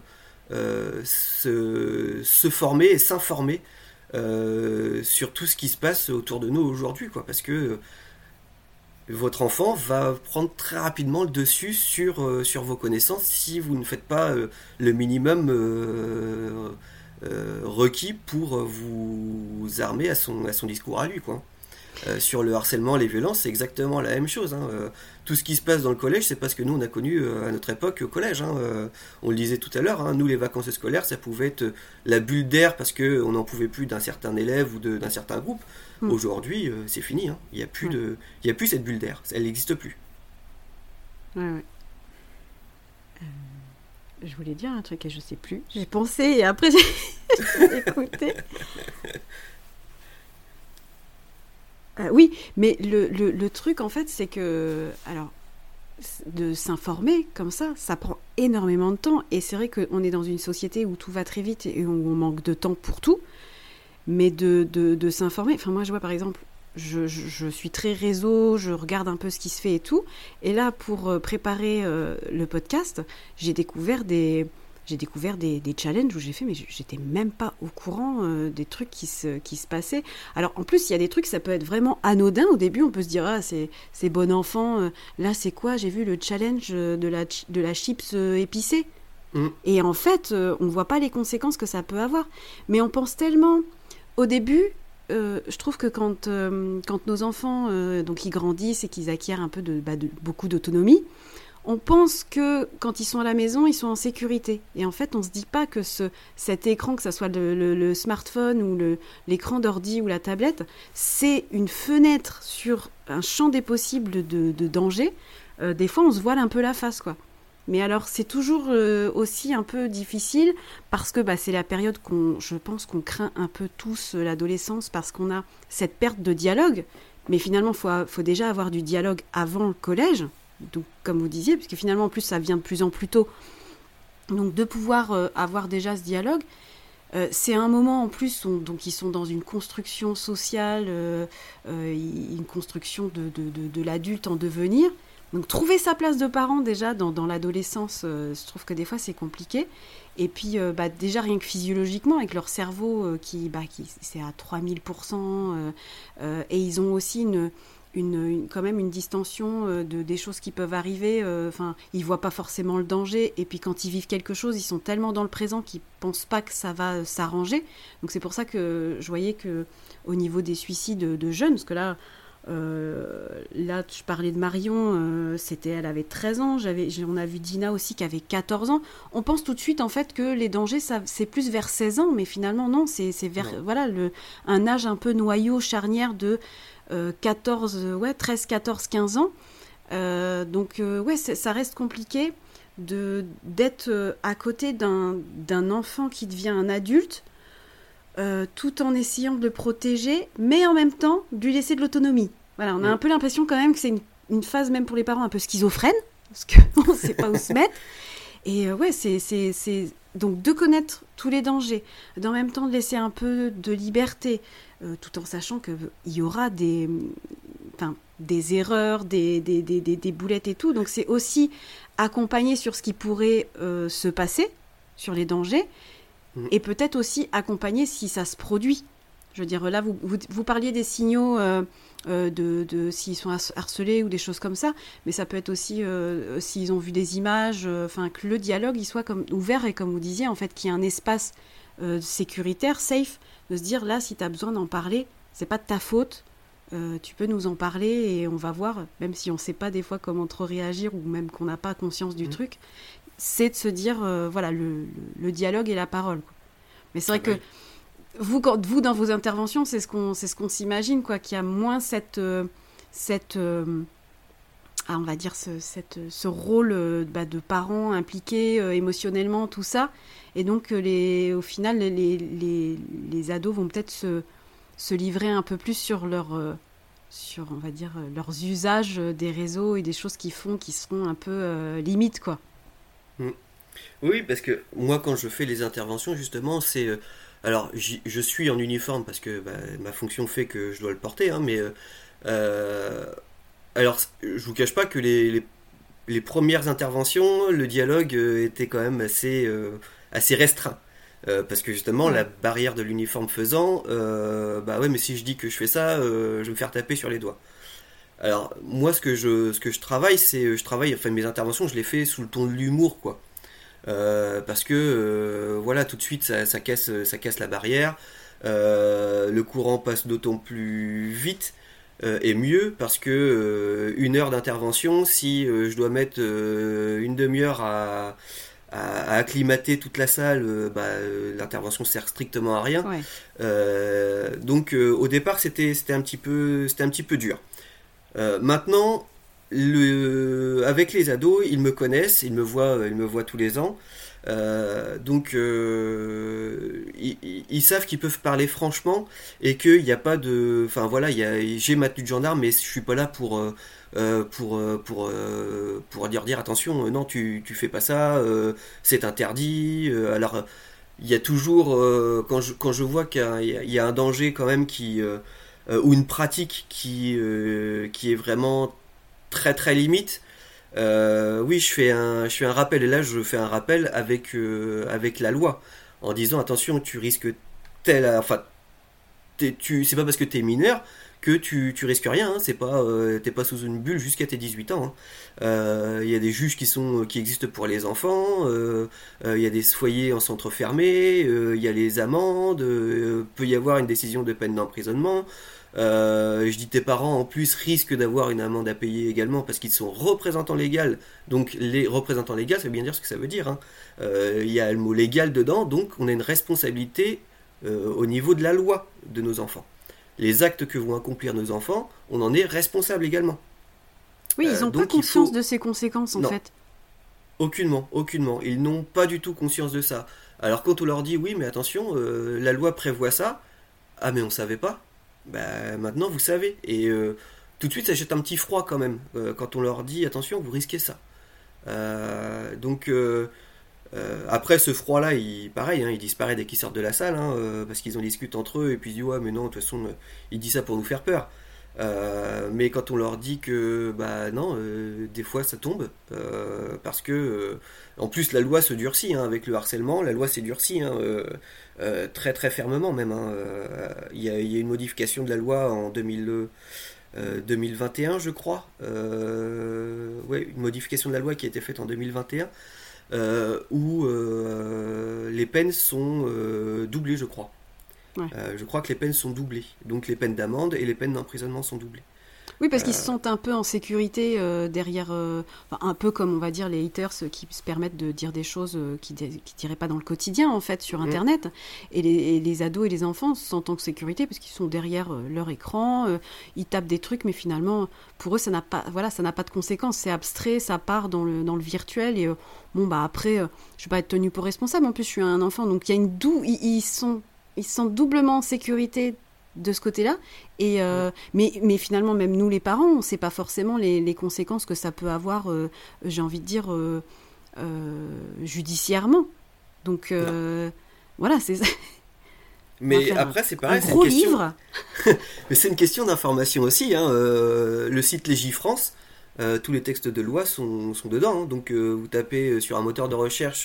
se former et s'informer sur tout ce qui se passe autour de nous aujourd'hui, quoi, parce que votre enfant va prendre très rapidement le dessus sur vos connaissances si vous ne faites pas le minimum requis pour vous armer à son discours à lui, quoi. Sur le harcèlement, les violences, c'est exactement la même chose. Hein. Tout ce qui se passe dans le collège, c'est pas ce que nous on a connu à notre époque au collège. Hein. On le disait tout à l'heure, hein, nous les vacances scolaires, ça pouvait être la bulle d'air parce qu'on n'en pouvait plus d'un certain élève ou d'un certain groupe. Aujourd'hui, c'est fini. Hein. Il n'y a plus cette bulle d'air. Elle n'existe plus. Ouais. Je voulais dire un truc et je sais plus. J'ai pensé et après j'ai écouté. Oui, mais le truc, en fait, c'est que... Alors, de s'informer comme ça prend énormément de temps. Et c'est vrai qu'on est dans une société où tout va très vite et où on manque de temps pour tout. Mais de s'informer... Enfin, moi, je vois, par exemple, je suis très réseau, je regarde un peu ce qui se fait et tout. Et là, pour préparer le podcast, j'ai découvert des challenges où j'ai fait, mais j'étais même pas au courant des trucs qui se passaient. Alors, en plus, il y a des trucs, ça peut être vraiment anodin. Au début, on peut se dire, ah, c'est bon enfant. Là, c'est quoi ? J'ai vu le challenge de la chips épicée. Et en fait, on voit pas les conséquences que ça peut avoir. Mais on pense tellement... Au début, je trouve que quand nos enfants donc ils grandissent et qu'ils acquièrent un peu de beaucoup d'autonomie, on pense que quand ils sont à la maison, ils sont en sécurité. Et en fait, on ne se dit pas que cet écran, que ce soit le smartphone ou l'écran d'ordi ou la tablette, c'est une fenêtre sur un champ des possibles de danger. Des fois, on se voile un peu la face, quoi. Mais alors, c'est toujours aussi un peu difficile parce que c'est la période je pense qu'on craint un peu tous l'adolescence parce qu'on a cette perte de dialogue. Mais finalement, faut déjà avoir du dialogue avant le collège. Donc, comme vous disiez, parce que finalement, en plus, ça vient de plus en plus tôt. Donc, de pouvoir avoir déjà ce dialogue, c'est un moment en plus, donc ils sont dans une construction sociale, une construction de l'adulte en devenir. Donc, trouver sa place de parent déjà dans l'adolescence, je trouve que des fois, c'est compliqué. Et puis, déjà, rien que physiologiquement, avec leur cerveau qui c'est à 3000%, et ils ont aussi quand même une distension des choses qui peuvent arriver. Ils voient pas forcément le danger. Et puis quand ils vivent quelque chose, ils sont tellement dans le présent qu'ils pensent pas que ça va s'arranger. Donc c'est pour ça que je voyais que au niveau des suicides de jeunes, parce que là, je parlais de Marion, elle avait 13 ans. On a vu Dina aussi qui avait 14 ans. On pense tout de suite en fait que les dangers, c'est plus vers 16 ans, mais finalement non, c'est vers un âge un peu noyau, charnière de 13, 14, 15 ans. Donc ça reste compliqué d'être à côté d'un enfant qui devient un adulte, tout en essayant de le protéger, mais en même temps de lui laisser de l'autonomie. Voilà, on a un peu l'impression quand même que c'est une phase même pour les parents un peu schizophrène, parce qu'on ne sait pas où se mettre. Et c'est donc de connaître tous les dangers, d'en même temps de laisser un peu de liberté, tout en sachant qu'il y aura des erreurs, des boulettes et tout. Donc c'est aussi accompagner sur ce qui pourrait se passer, sur les dangers, et peut-être aussi accompagner si ça se produit. Je veux dire, là, vous parliez des signaux de s'ils sont harcelés ou des choses comme ça, mais ça peut être aussi s'ils ont vu des images, que le dialogue il soit comme ouvert et comme vous disiez, en fait, qu'il y ait un espace sécuritaire, safe, de se dire là, si tu as besoin d'en parler, c'est pas de ta faute, tu peux nous en parler et on va voir, même si on ne sait pas des fois comment trop réagir ou même qu'on n'a pas conscience du truc, c'est de se dire, voilà, le dialogue et la parole, quoi. Mais c'est vrai que vous, dans vos interventions, c'est ce qu'on s'imagine, quoi, qu'il y a moins on va dire ce rôle de parents impliqués émotionnellement, tout ça, et donc au final les ados vont peut-être se livrer un peu plus sur on va dire leurs usages des réseaux et des choses qu'ils font qui seront un peu limites, quoi. Oui, parce que moi quand je fais les interventions justement c'est alors je suis en uniforme parce que ma fonction fait que je dois le porter, hein, mais alors je vous cache pas que les premières interventions, le dialogue était quand même assez restreint. Parce que justement la barrière de l'uniforme faisant, mais si je dis que je fais ça, je vais me faire taper sur les doigts. Alors moi ce que je travaille, mes interventions je les fais sous le ton de l'humour, quoi. Parce que voilà, tout de suite ça casse la barrière, le courant passe d'autant plus vite et mieux parce que une heure d'intervention, si je dois mettre une demi-heure à acclimater toute la salle, l'intervention sert strictement à rien. Donc au départ c'était un petit peu dur. Maintenant avec les ados, ils me connaissent, ils me voient tous les ans, donc ils savent qu'ils peuvent parler franchement et qu'il n'y a pas de, enfin voilà, j'ai ma tenue de gendarme, mais je suis pas là pour dire attention, non tu fais pas ça, c'est interdit. Alors il y a toujours quand je vois qu'il y a un danger quand même ou une pratique qui est vraiment très très limite, oui je fais un rappel, et là je fais un rappel avec la loi en disant attention, tu risques c'est pas parce que t'es mineur que tu risques rien, hein. C'est pas t'es pas sous une bulle jusqu'à tes 18 ans, hein. Y a des juges qui existent pour les enfants, y a des foyers en centre fermé, y a les amendes, peut y avoir une décision de peine d'emprisonnement. Je dis tes parents en plus risquent d'avoir une amende à payer également parce qu'ils sont représentants légaux. Donc les représentants légaux, ça veut bien dire ce que ça veut dire, hein. Y a le mot légal dedans, donc on a une responsabilité au niveau de la loi de nos enfants. Les actes que vont accomplir nos enfants, on en est responsable également. Oui, ils n'ont pas conscience de ces conséquences, en fait. Aucunement. Ils n'ont pas du tout conscience de ça. Alors quand on leur dit oui, mais attention, la loi prévoit ça, ah mais on savait pas. Maintenant vous savez, et tout de suite ça jette un petit froid quand même quand on leur dit attention, vous risquez ça. Donc après ce froid là pareil, hein, il disparaît dès qu'ils sortent de la salle, hein, parce qu'ils en discutent entre eux et puis ils disent ouais mais non, de toute façon il dit ça pour nous faire peur. Mais quand on leur dit que non, des fois ça tombe, parce que en plus la loi se durcit, hein, avec le harcèlement, la loi s'est durcie, hein, très très fermement même, hein. Il y a une modification de la loi en 2021 je crois, une modification de la loi qui a été faite en 2021, où les peines sont doublées, je crois. Je crois que les peines sont doublées. Donc les peines d'amende et les peines d'emprisonnement sont doublées. Oui, parce qu'ils se sentent un peu en sécurité derrière, un peu comme on va dire les haters qui se permettent de dire des choses qu'ils diraient pas dans le quotidien en fait sur Internet. Et les ados et les enfants se sentent en sécurité parce qu'ils sont derrière leur écran, ils tapent des trucs, mais finalement pour eux ça n'a pas de conséquences, c'est abstrait, ça part dans le virtuel et après je vais pas être tenue pour responsable. En plus je suis un enfant, donc il y a ils se sentent doublement en sécurité de ce côté-là. Et, mais finalement, même nous les parents, on ne sait pas forcément les conséquences que ça peut avoir, j'ai envie de dire, judiciairement. Donc voilà, c'est ça. Mais après, c'est pareil. Un gros livre. Mais c'est une question d'information aussi. Le site Légifrance, tous les textes de loi sont dedans. Donc vous tapez sur un moteur de recherche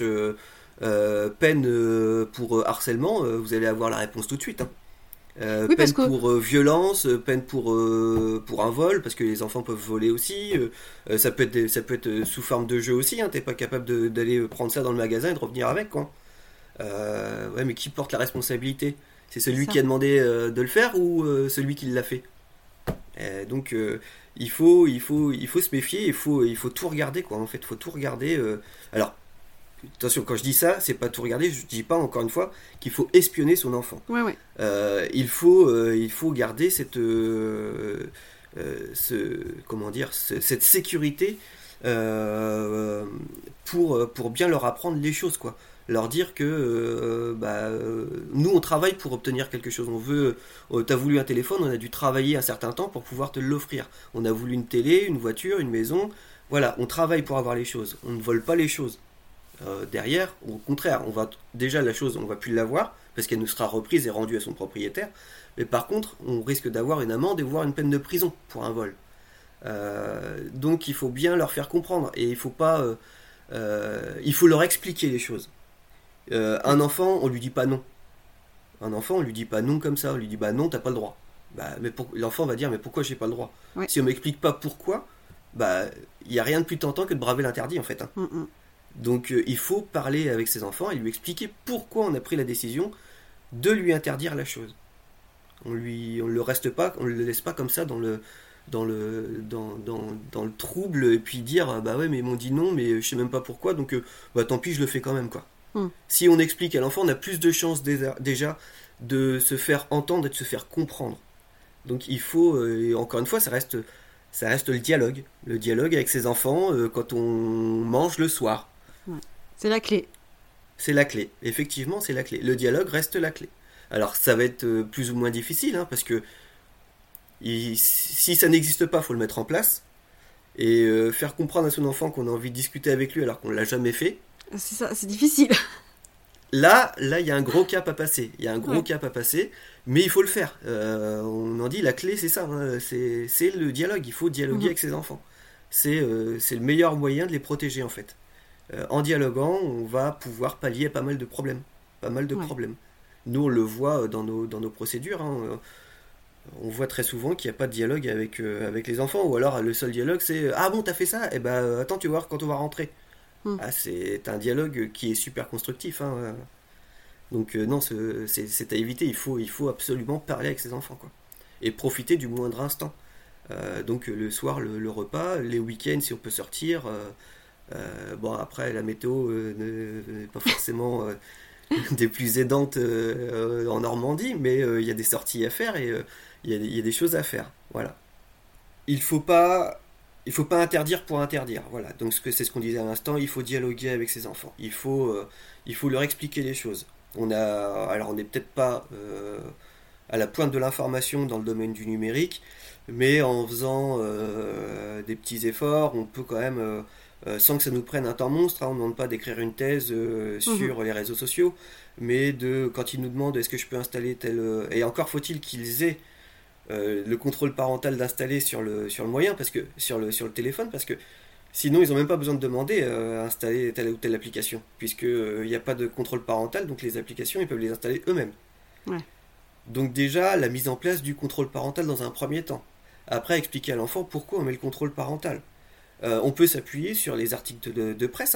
peine pour harcèlement, vous allez avoir la réponse tout de suite. Oui, peine pour violence, peine pour un vol, parce que les enfants peuvent voler aussi. Ça peut être sous forme de jeu aussi. T'es pas capable d'aller prendre ça dans le magasin et de revenir avec, quoi. Ouais, mais qui porte la responsabilité? C'est celui qui a demandé de le faire ou celui qui l'a fait? Donc il faut se méfier, il faut tout regarder, quoi. En fait, il faut tout regarder. Alors attention, quand je dis ça, c'est pas tout regarder. Je dis pas, encore une fois, qu'il faut espionner son enfant. Ouais. Il faut garder cette cette sécurité pour bien leur apprendre les choses, quoi. Leur dire que nous on travaille pour obtenir quelque chose. On veut, t'as voulu un téléphone, on a dû travailler un certain temps pour pouvoir te l'offrir. On a voulu une télé, une voiture, une maison. Voilà, on travaille pour avoir les choses. On ne vole pas les choses. Derrière, au contraire, la chose, on va plus l'avoir parce qu'elle nous sera reprise et rendue à son propriétaire. Mais par contre, on risque d'avoir une amende et voire une peine de prison pour un vol. Donc il faut bien leur faire comprendre et il faut leur expliquer les choses. Un enfant, on lui dit pas non. Un enfant, on lui dit pas non comme ça. On lui dit bah non, t'as pas le droit. L'enfant va dire mais pourquoi j'ai pas le droit? Ouais. Si on m'explique pas pourquoi, il y a rien de plus tentant que de braver l'interdit, en fait. Donc il faut parler avec ses enfants et lui expliquer pourquoi on a pris la décision de lui interdire la chose. On le laisse pas comme ça dans le trouble et puis dire bah ouais mais ils m'ont dit non mais je sais même pas pourquoi donc tant pis je le fais quand même, quoi. Si on explique à l'enfant, on a plus de chances déjà de se faire entendre et de se faire comprendre. Donc il faut encore une fois ça reste le dialogue avec ses enfants quand on mange le soir. C'est la clé. C'est la clé, effectivement c'est la clé. Le dialogue reste la clé. Alors ça va être plus ou moins difficile parce que si ça n'existe pas, il faut le mettre en place et faire comprendre à son enfant qu'on a envie de discuter avec lui alors qu'on ne l'a jamais fait. C'est ça, c'est difficile. Là, il y a un gros cap à passer. Mais il faut le faire. On en dit, la clé, c'est ça. C'est le dialogue. Il faut dialoguer avec ses enfants. C'est le meilleur moyen de les protéger, en fait. En dialoguant, on va pouvoir pallier à pas mal de problèmes. Nous, on le voit dans nos procédures. On voit très souvent qu'il n'y a pas de dialogue avec les enfants. Ou alors, le seul dialogue, c'est « Ah bon, t'as fait ça? Eh ben, attends, tu vas voir quand on va rentrer. » C'est un dialogue qui est super constructif. Donc non, c'est à éviter. Il faut absolument parler avec ses enfants, quoi. Et profiter du moindre instant. Donc le soir, le repas, les week-ends si on peut sortir. Après la météo n'est pas forcément des plus aidantes en Normandie, mais il y a des sorties à faire et il y a des choses à faire. Voilà. Il faut pas interdire pour interdire. Voilà. Donc c'est ce qu'on disait à l'instant. Il faut dialoguer avec ses enfants. Il faut leur expliquer les choses. On n'est peut-être pas à la pointe de l'information dans le domaine du numérique, mais en faisant des petits efforts, on peut quand même, sans que ça nous prenne un temps monstre, on ne demande pas d'écrire une thèse sur les réseaux sociaux, mais quand ils nous demandent est-ce que je peux installer tel... et encore faut-il qu'ils aient le contrôle parental d'installer sur le moyen, parce que sur le téléphone, parce que sinon ils n'ont même pas besoin de demander à installer telle ou telle application, puisque il n'y a pas de contrôle parental, donc les applications ils peuvent les installer eux-mêmes. Donc déjà la mise en place du contrôle parental dans un premier temps. Après expliquer à l'enfant pourquoi on met le contrôle parental. On peut s'appuyer sur les articles de presse,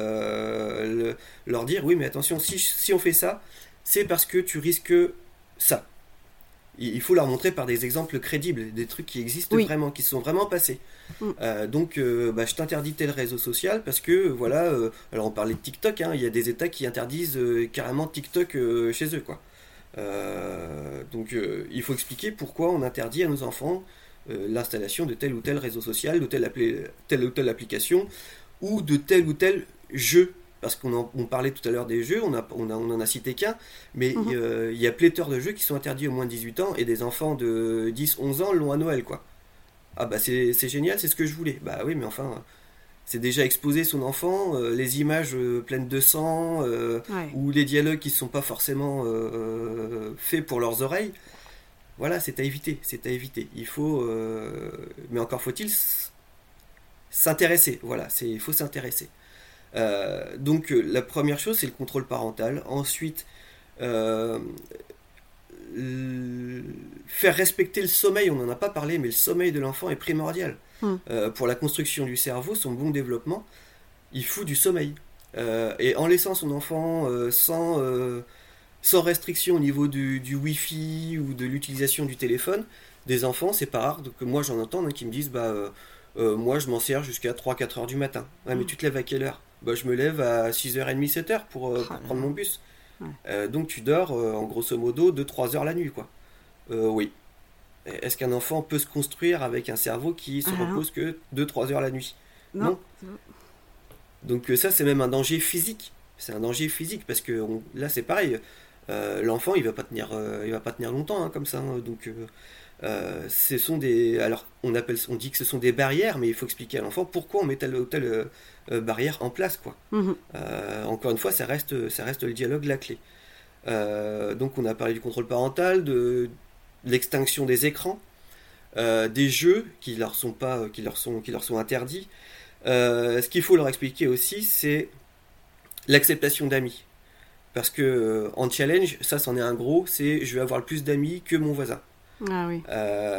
leur dire oui mais attention, si on fait ça, c'est parce que tu risques ça. Il faut leur montrer par des exemples crédibles, des trucs qui existent vraiment, qui se sont vraiment passés. Donc, je t'interdis tel réseau social parce que, voilà, alors on parlait de TikTok, il y a des États qui interdisent carrément TikTok chez eux, quoi. Donc, il faut expliquer pourquoi on interdit à nos enfants l'installation de tel ou tel réseau social, de telle ou telle application, ou de tel ou tel jeu. parce on parlait tout à l'heure des jeux, on en a cité qu'un, mais il y a pléthore de jeux qui sont interdits aux moins de 18 ans, et des enfants de 10-11 ans l'ont à Noël, quoi. Ah bah c'est génial, c'est ce que je voulais. Bah oui, mais enfin, c'est déjà exposer son enfant, les images pleines de sang, ou les dialogues qui ne sont pas forcément faits pour leurs oreilles. Voilà, c'est à éviter, c'est à éviter. Il faut, mais encore faut-il s'intéresser. Voilà, il faut s'intéresser. Donc la première chose, c'est le contrôle parental. Ensuite, faire respecter le sommeil. On n'en a pas parlé, mais le sommeil de l'enfant est primordial. Pour la construction du cerveau, son bon développement, il faut du sommeil. Et en laissant son enfant sans restriction au niveau du Wi-Fi ou de l'utilisation du téléphone, des enfants, c'est pas rare que moi j'en entends qui me disent moi je m'en sers jusqu'à 3-4 heures du matin. Ouais, mais tu te lèves à quelle heure? Je me lève à 6h30, 7h pour prendre mon bus. Donc tu dors en grosso modo 2-3 heures la nuit, quoi. Oui. Est-ce qu'un enfant peut se construire avec un cerveau qui se repose que 2-3 heures la nuit? Non. Donc ça, c'est même un danger physique. C'est un danger physique parce que là, c'est pareil. L'enfant, il va pas tenir longtemps comme ça. Donc, ce sont des. Alors, on dit que ce sont des barrières, mais il faut expliquer à l'enfant pourquoi on met telle ou telle barrière en place, quoi. Encore une fois, ça reste le dialogue la clé. Donc, on a parlé du contrôle parental, de l'extinction des écrans, des jeux qui leur sont interdits. Ce qu'il faut leur expliquer aussi, c'est l'acceptation d'amis. Parce que en challenge, ça c'en est un gros, c'est je vais avoir le plus d'amis que mon voisin. Ah oui.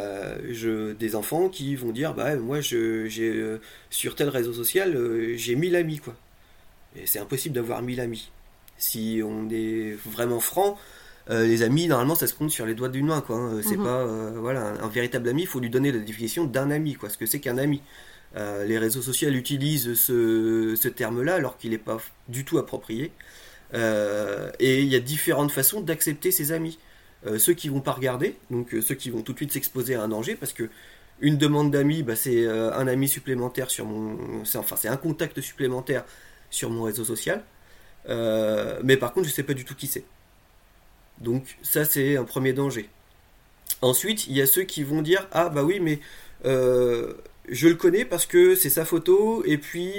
Des enfants qui vont dire moi j'ai sur tel réseau social j'ai 1000 amis, quoi. Et c'est impossible d'avoir 1000 amis. Si on est vraiment franc, les amis normalement ça se compte sur les doigts d'une main, quoi. C'est pas un véritable ami, il faut lui donner la définition d'un ami, quoi. Ce que c'est qu'un ami. Les réseaux sociaux utilisent ce terme-là alors qu'il n'est pas du tout approprié. Et il y a différentes façons d'accepter ses amis. Ceux qui vont pas regarder, donc ceux qui vont tout de suite s'exposer à un danger, parce que une demande d'amis, c'est un ami supplémentaire c'est un contact supplémentaire sur mon réseau social. Mais par contre, je sais pas du tout qui c'est. Donc ça, c'est un premier danger. Ensuite, il y a ceux qui vont dire oui, mais je le connais parce que c'est sa photo, et puis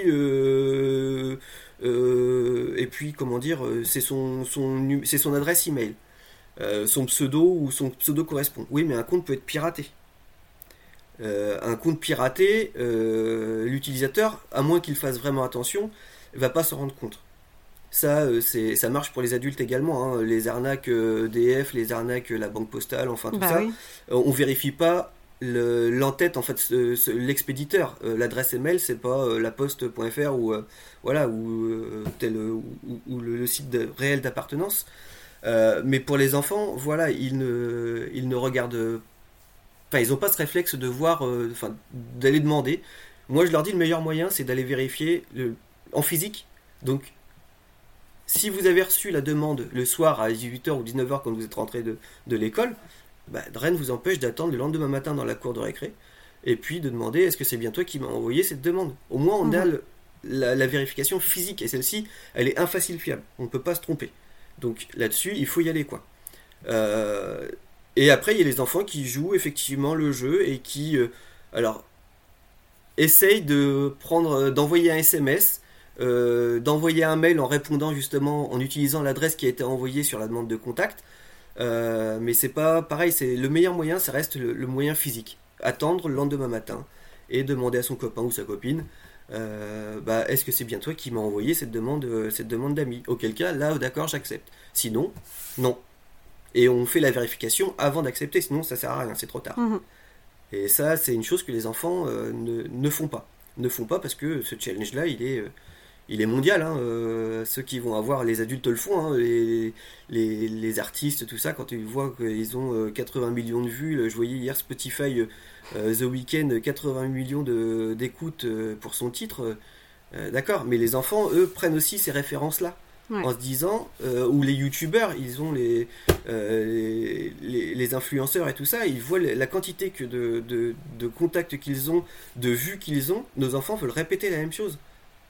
comment dire, c'est son adresse email, son pseudo ou son pseudo correspond. Oui, mais un compte peut être piraté. Un compte piraté, l'utilisateur, à moins qu'il fasse vraiment attention, va pas s'en rendre compte. Ça marche pour les adultes également, hein. Les arnaques EDF, les arnaques la banque postale, enfin tout ça. Oui. On vérifie pas l'entête, en fait, l'expéditeur. L'adresse email, c'est pas laposte.fr ou le site réel d'appartenance. Mais pour les enfants, ils ne regardent. Enfin, ils n'ont pas ce réflexe de voir, d'aller demander. Moi, je leur dis le meilleur moyen, c'est d'aller vérifier en physique. Donc, si vous avez reçu la demande le soir à 18h ou 19h quand vous êtes rentré de l'école, rien ne vous empêche d'attendre le lendemain matin dans la cour de récré et puis de demander est-ce que c'est bien toi qui m'as envoyé cette demande. Au moins on a la vérification physique, et celle-ci elle est infalsifiable, on ne peut pas se tromper. Donc là-dessus il faut y aller, quoi. Et après il y a les enfants qui jouent effectivement le jeu et qui essayent d'envoyer un SMS, d'envoyer un mail en répondant justement en utilisant l'adresse qui a été envoyée sur la demande de contact. Mais c'est pas pareil, c'est le meilleur moyen, ça reste le moyen physique. Attendre le lendemain matin et demander à son copain ou sa copine est-ce que c'est bien toi qui m'as envoyé cette demande d'amis? Auquel cas, là, d'accord, j'accepte. Sinon, non. Et on fait la vérification avant d'accepter, sinon ça sert à rien, c'est trop tard. Et ça, c'est une chose que les enfants ne font pas. Ne font pas parce que ce challenge-là, il est mondial, hein. Ceux qui vont avoir, les adultes le font, hein. Les artistes, tout ça, quand ils voient qu'ils ont 80 millions de vues, je voyais hier Spotify The Weeknd, 80 millions d'écoutes pour son titre, d'accord, mais les enfants, eux, prennent aussi ces références-là, en se disant, ou les youtubeurs, ils ont les influenceurs et tout ça, ils voient la quantité de contacts qu'ils ont, de vues qu'ils ont, nos enfants veulent répéter la même chose.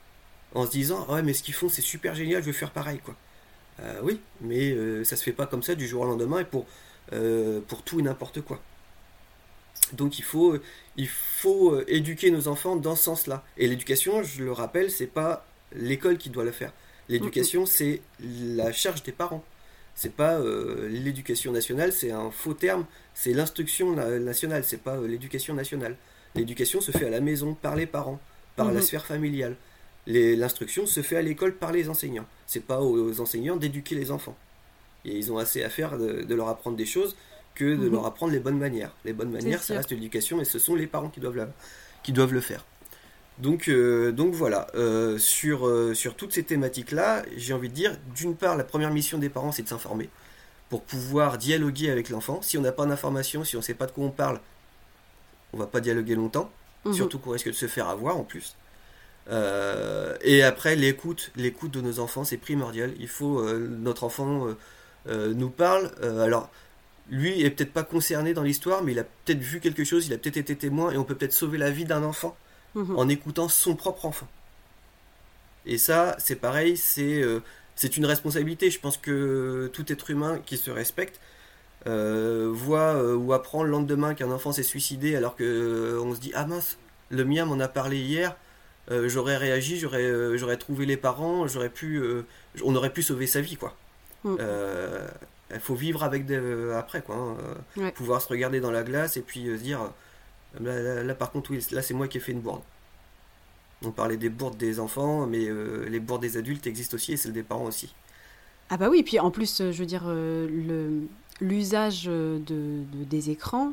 en se disant ouais mais ce qu'ils font c'est super génial, je veux faire pareil quoi. Oui, mais ça se fait pas comme ça du jour au lendemain et pour tout et n'importe quoi. Donc il faut éduquer nos enfants dans ce sens-là. Et l'éducation, je le rappelle, c'est pas l'école qui doit le faire. L'éducation, c'est la charge des parents. C'est pas l'éducation nationale, c'est un faux terme. C'est l'instruction nationale, c'est pas l'éducation nationale. L'éducation se fait à la maison par les parents, par la sphère familiale. L'instruction se fait à l'école par les enseignants. C'est pas aux enseignants d'éduquer les enfants. Et ils ont assez à faire de leur apprendre des choses que de leur apprendre les bonnes manières. Les bonnes manières, ça reste l'éducation, et ce sont les parents qui doivent le faire. Donc voilà, sur toutes ces thématiques-là, j'ai envie de dire, d'une part, la première mission des parents, c'est de s'informer, pour pouvoir dialoguer avec l'enfant. Si on n'a pas d'informations, si on ne sait pas de quoi on parle, on ne va pas dialoguer longtemps, surtout qu'on risque de se faire avoir en plus. Et après, l'écoute de nos enfants, c'est primordial. Il faut, notre enfant nous parle, alors lui est peut-être pas concerné dans l'histoire, mais il a peut-être vu quelque chose, il a peut-être été témoin, et on peut peut-être sauver la vie d'un enfant en écoutant son propre enfant. Et ça, c'est pareil, c'est une responsabilité. Je pense que tout être humain qui se respecte voit ou apprend le lendemain qu'un enfant s'est suicidé, alors que on se dit ah mince, le mien m'en a parlé hier, j'aurais réagi, j'aurais trouvé les parents, on aurait pu sauver sa vie quoi. Il faut vivre avec après quoi, pouvoir se regarder dans la glace et puis se dire là, par contre oui, là c'est moi qui ai fait une bourde. On parlait des bourdes des enfants, mais les bourdes des adultes existent aussi et celles des parents aussi. Ah bah oui, puis en plus je veux dire l'usage des écrans,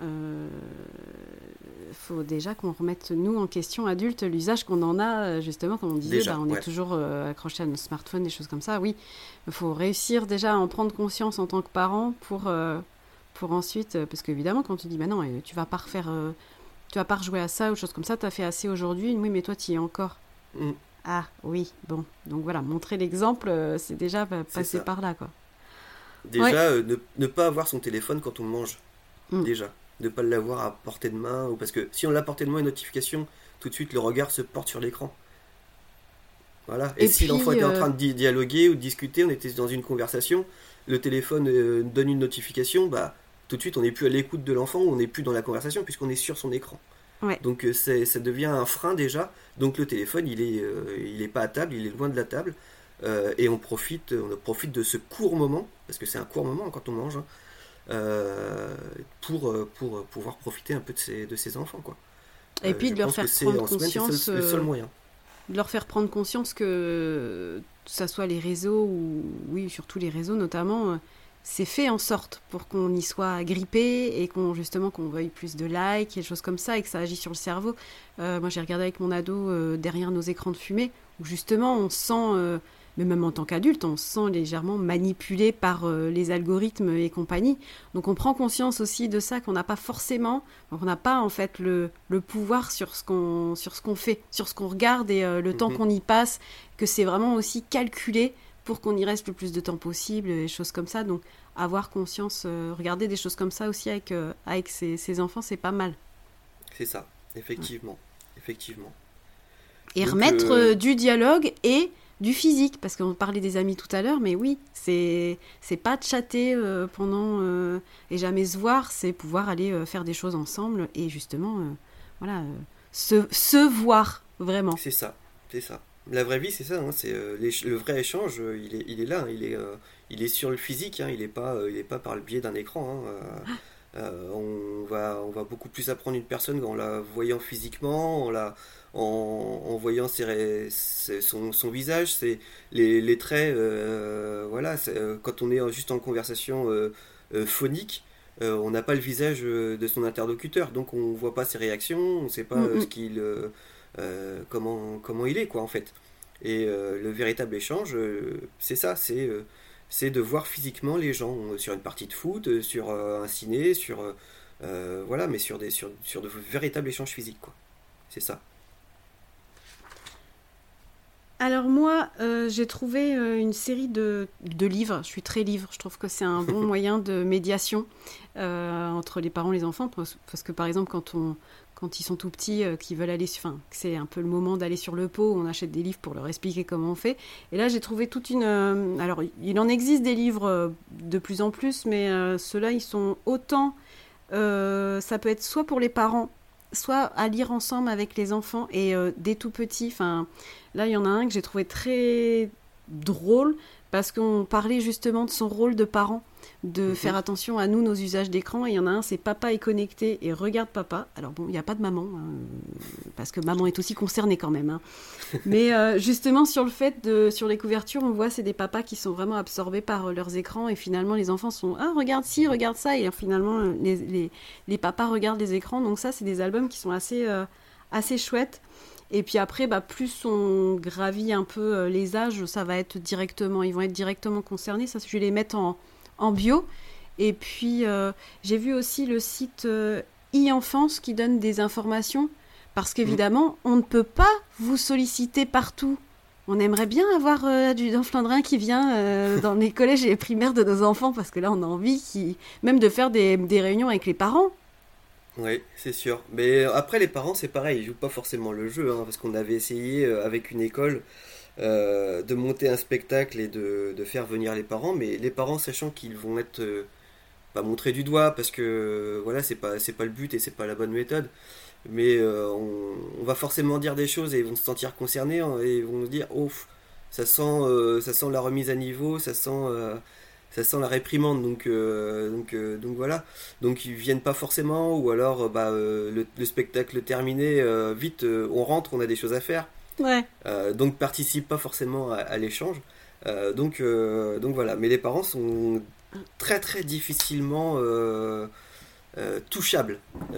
faut déjà qu'on remette nous en question adultes l'usage qu'on en a justement comme on disait déjà, on est toujours accroché à nos smartphones, des choses comme ça. Oui, il faut réussir déjà à en prendre conscience en tant que parent pour ensuite, parce qu'évidemment quand tu dis bah non tu vas pas rejouer à ça ou choses comme ça, tu as fait assez aujourd'hui, oui mais toi tu y es encore. Ah oui, bon, donc voilà, montrer l'exemple, c'est déjà passer par là quoi. Déjà ne pas avoir son téléphone quand on mange, déjà ne pas l'avoir à portée de main, ou parce que si on l'a à portée de main, une notification, tout de suite le regard se porte sur l'écran. Voilà. Et si l'enfant était en train de dialoguer ou de discuter, on était dans une conversation, le téléphone donne une notification, bah tout de suite on n'est plus à l'écoute de l'enfant, on n'est plus dans la conversation puisqu'on est sur son écran. Donc ça devient un frein déjà. Donc le téléphone il est pas à table, il est loin de la table, et on profite de ce court moment, parce que c'est un court moment quand on mange, pour pouvoir profiter un peu de ses enfants quoi. Et puis de leur faire prendre conscience, c'est le seul moyen. De leur faire prendre conscience que ça soit les réseaux ou oui surtout les réseaux notamment, c'est fait en sorte pour qu'on y soit agrippé et qu'on veuille plus de likes et des choses comme ça et que ça agit sur le cerveau. Moi j'ai regardé avec mon ado derrière nos écrans de fumée où justement on sent mais même en tant qu'adulte, on se sent légèrement manipulé par les algorithmes et compagnie. Donc on prend conscience aussi de ça, qu'on n'a pas forcément, on n'a pas en fait le pouvoir sur ce qu'on fait, sur ce qu'on regarde et le temps qu'on y passe, que c'est vraiment aussi calculé pour qu'on y reste le plus de temps possible, et choses comme ça. Donc avoir conscience, regarder des choses comme ça aussi avec ses enfants, c'est pas mal. C'est ça, effectivement. Et donc, remettre du dialogue et du physique, parce qu'on parlait des amis tout à l'heure, mais oui, c'est pas de chatter pendant et jamais se voir, c'est pouvoir aller faire des choses ensemble et justement, se voir vraiment. C'est ça. La vraie vie, c'est ça. C'est le vrai échange. Il est là. Il est sur le physique. Il est pas par le biais d'un écran. On va beaucoup plus apprendre une personne en la voyant physiquement, en voyant son visage, les traits. Quand on est juste en conversation phonique, on n'a pas le visage de son interlocuteur, donc on voit pas ses réactions, on sait pas comment il est quoi en fait. Et le véritable échange, c'est ça, c'est de voir physiquement les gens sur une partie de foot, sur un ciné, mais sur de véritables échanges physiques quoi. C'est ça. Alors moi, j'ai trouvé une série de livres. Je suis très livre. Je trouve que c'est un bon moyen de médiation entre les parents et les enfants. Parce que par exemple, quand ils sont tout petits, qu'ils veulent aller, que c'est un peu le moment d'aller sur le pot, on achète des livres pour leur expliquer comment on fait. Et là, j'ai trouvé toute une... alors, il en existe des livres de plus en plus, mais ceux-là, ils sont autant... ça peut être soit pour les parents, soit à lire ensemble avec les enfants et des tout petits. Enfin, là, il y en a un que j'ai trouvé très drôle parce qu'on parlait justement de son rôle de parent, de faire attention à nous, nos usages d'écran. Et il y en a un, c'est Papa est connecté et regarde papa. Alors bon, il n'y a pas de maman, parce que maman est aussi concernée quand même. Mais justement, sur les couvertures, on voit c'est des papas qui sont vraiment absorbés par leurs écrans et finalement les enfants sont regarde ci, regarde ça et finalement les papas regardent les écrans. Donc ça, c'est des albums qui sont assez chouettes. Et puis après, plus on gravit un peu les âges, ils vont être directement concernés. Ça, je vais les mettre en bio. Et puis, j'ai vu aussi le site e-enfance qui donne des informations. Parce qu'évidemment, on ne peut pas vous solliciter partout. On aimerait bien avoir adjudant Flandrin qui vient dans les collèges et les primaires de nos enfants. Parce que là, on a envie même de faire des réunions avec les parents. Oui, c'est sûr. Mais après, les parents, c'est pareil, ils jouent pas forcément le jeu, parce qu'on avait essayé avec une école de monter un spectacle et de faire venir les parents, mais les parents, sachant qu'ils vont être pas montrés du doigt, parce que voilà, c'est pas le but et c'est pas la bonne méthode, mais on va forcément dire des choses et ils vont se sentir concernés et ils vont se dire, oh, ça sent la remise à niveau, ça sent la réprimande, donc voilà. Donc ils viennent pas forcément, ou alors le spectacle terminé, vite, on rentre, on a des choses à faire. Ouais. Donc participe pas forcément à l'échange. Donc voilà. Mais les parents sont très très difficilement touchables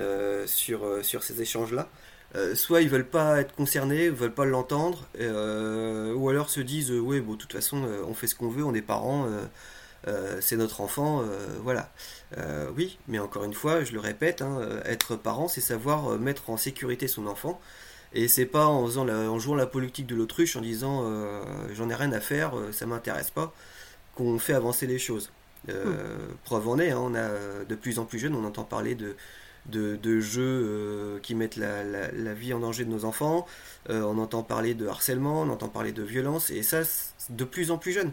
sur ces échanges-là. Soit ils veulent pas être concernés, veulent pas l'entendre, ou alors se disent ouais, bon, de toute façon on fait ce qu'on veut, on est parents. C'est notre enfant, voilà. Oui, mais encore une fois, je le répète, être parent, c'est savoir mettre en sécurité son enfant. Et c'est pas en jouant la politique de l'autruche, en disant j'en ai rien à faire, ça m'intéresse pas, qu'on fait avancer les choses. Preuve en est, on a de plus en plus jeunes, on entend parler de jeux qui mettent la vie en danger de nos enfants, on entend parler de harcèlement, on entend parler de violence, et ça, de plus en plus jeune.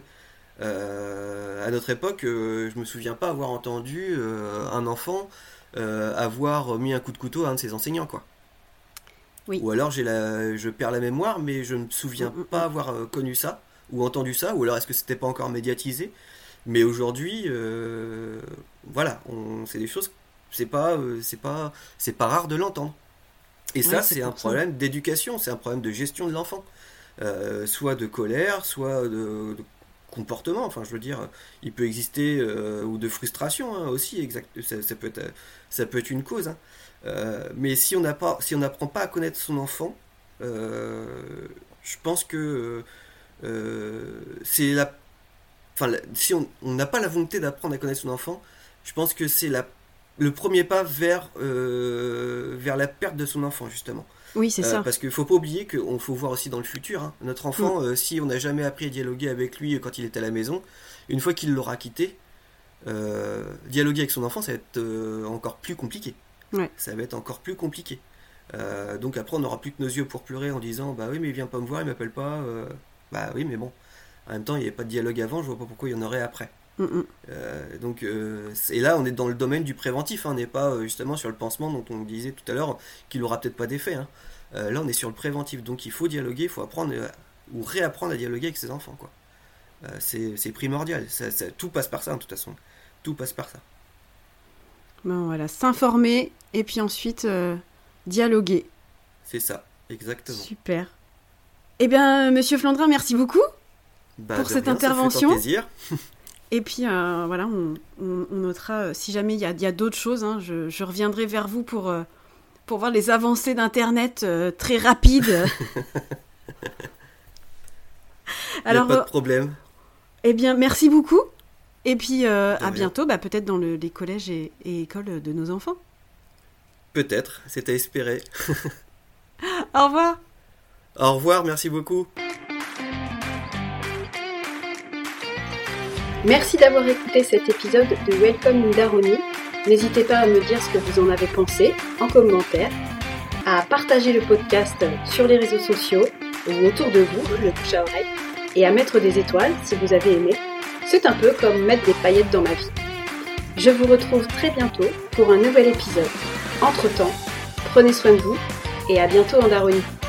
À notre époque, je me souviens pas avoir entendu un enfant avoir mis un coup de couteau à un de ses enseignants, quoi. Oui. Ou alors je perds la mémoire, mais je me souviens pas avoir connu ça ou entendu ça, ou alors est-ce que c'était pas encore médiatisé. Mais aujourd'hui, voilà, c'est des choses, c'est pas rare de l'entendre. Et ça, c'est un problème d'éducation, c'est un problème de gestion de l'enfant, soit de colère, soit de comportement, enfin je veux dire, il peut exister ou de frustration aussi, exact, ça peut être une cause, mais si on n'apprend pas à connaître son enfant, je pense que si on n'a pas la volonté d'apprendre à connaître son enfant, je pense que c'est le premier pas vers la perte de son enfant, justement. Oui, c'est ça. Parce qu'il ne faut pas oublier qu'il faut voir aussi dans le futur. Notre enfant, si on n'a jamais appris à dialoguer avec lui quand il est à la maison, une fois qu'il l'aura quitté, dialoguer avec son enfant, ça va être encore plus compliqué. Ouais. Ça va être encore plus compliqué. Donc après, on n'aura plus que nos yeux pour pleurer en disant bah oui, mais il vient pas me voir, il m'appelle pas. Bah oui, mais bon. En même temps, il n'y avait pas de dialogue avant, je vois pas pourquoi il y en aurait après. Et là, on est dans le domaine du préventif, on n'est pas justement sur le pansement dont on disait tout à l'heure qu'il aura peut-être pas d'effet. Là, on est sur le préventif, donc il faut dialoguer, il faut apprendre ou réapprendre à dialoguer avec ses enfants, quoi. C'est primordial. Tout passe par ça, de toute façon. Tout passe par ça. Bon, voilà, s'informer et puis ensuite dialoguer. C'est ça, exactement. Super. Eh bien, Monsieur Flandrin, merci beaucoup pour cette intervention. Ça fait plaisir. Et puis, voilà, on notera, si jamais il y a d'autres choses, je reviendrai vers vous pour voir les avancées d'Internet très rapides. Alors, pas de problème. Eh bien, merci beaucoup. Et puis, à bientôt, peut-être dans les collèges et écoles de nos enfants. Peut-être, c'est à espérer. Au revoir. Au revoir, merci beaucoup. Merci d'avoir écouté cet épisode de Welcome in Daronie. N'hésitez pas à me dire ce que vous en avez pensé en commentaire, à partager le podcast sur les réseaux sociaux ou autour de vous, le bouche à oreille, et à mettre des étoiles si vous avez aimé. C'est un peu comme mettre des paillettes dans ma vie. Je vous retrouve très bientôt pour un nouvel épisode. Entre-temps, prenez soin de vous et à bientôt en Daronie.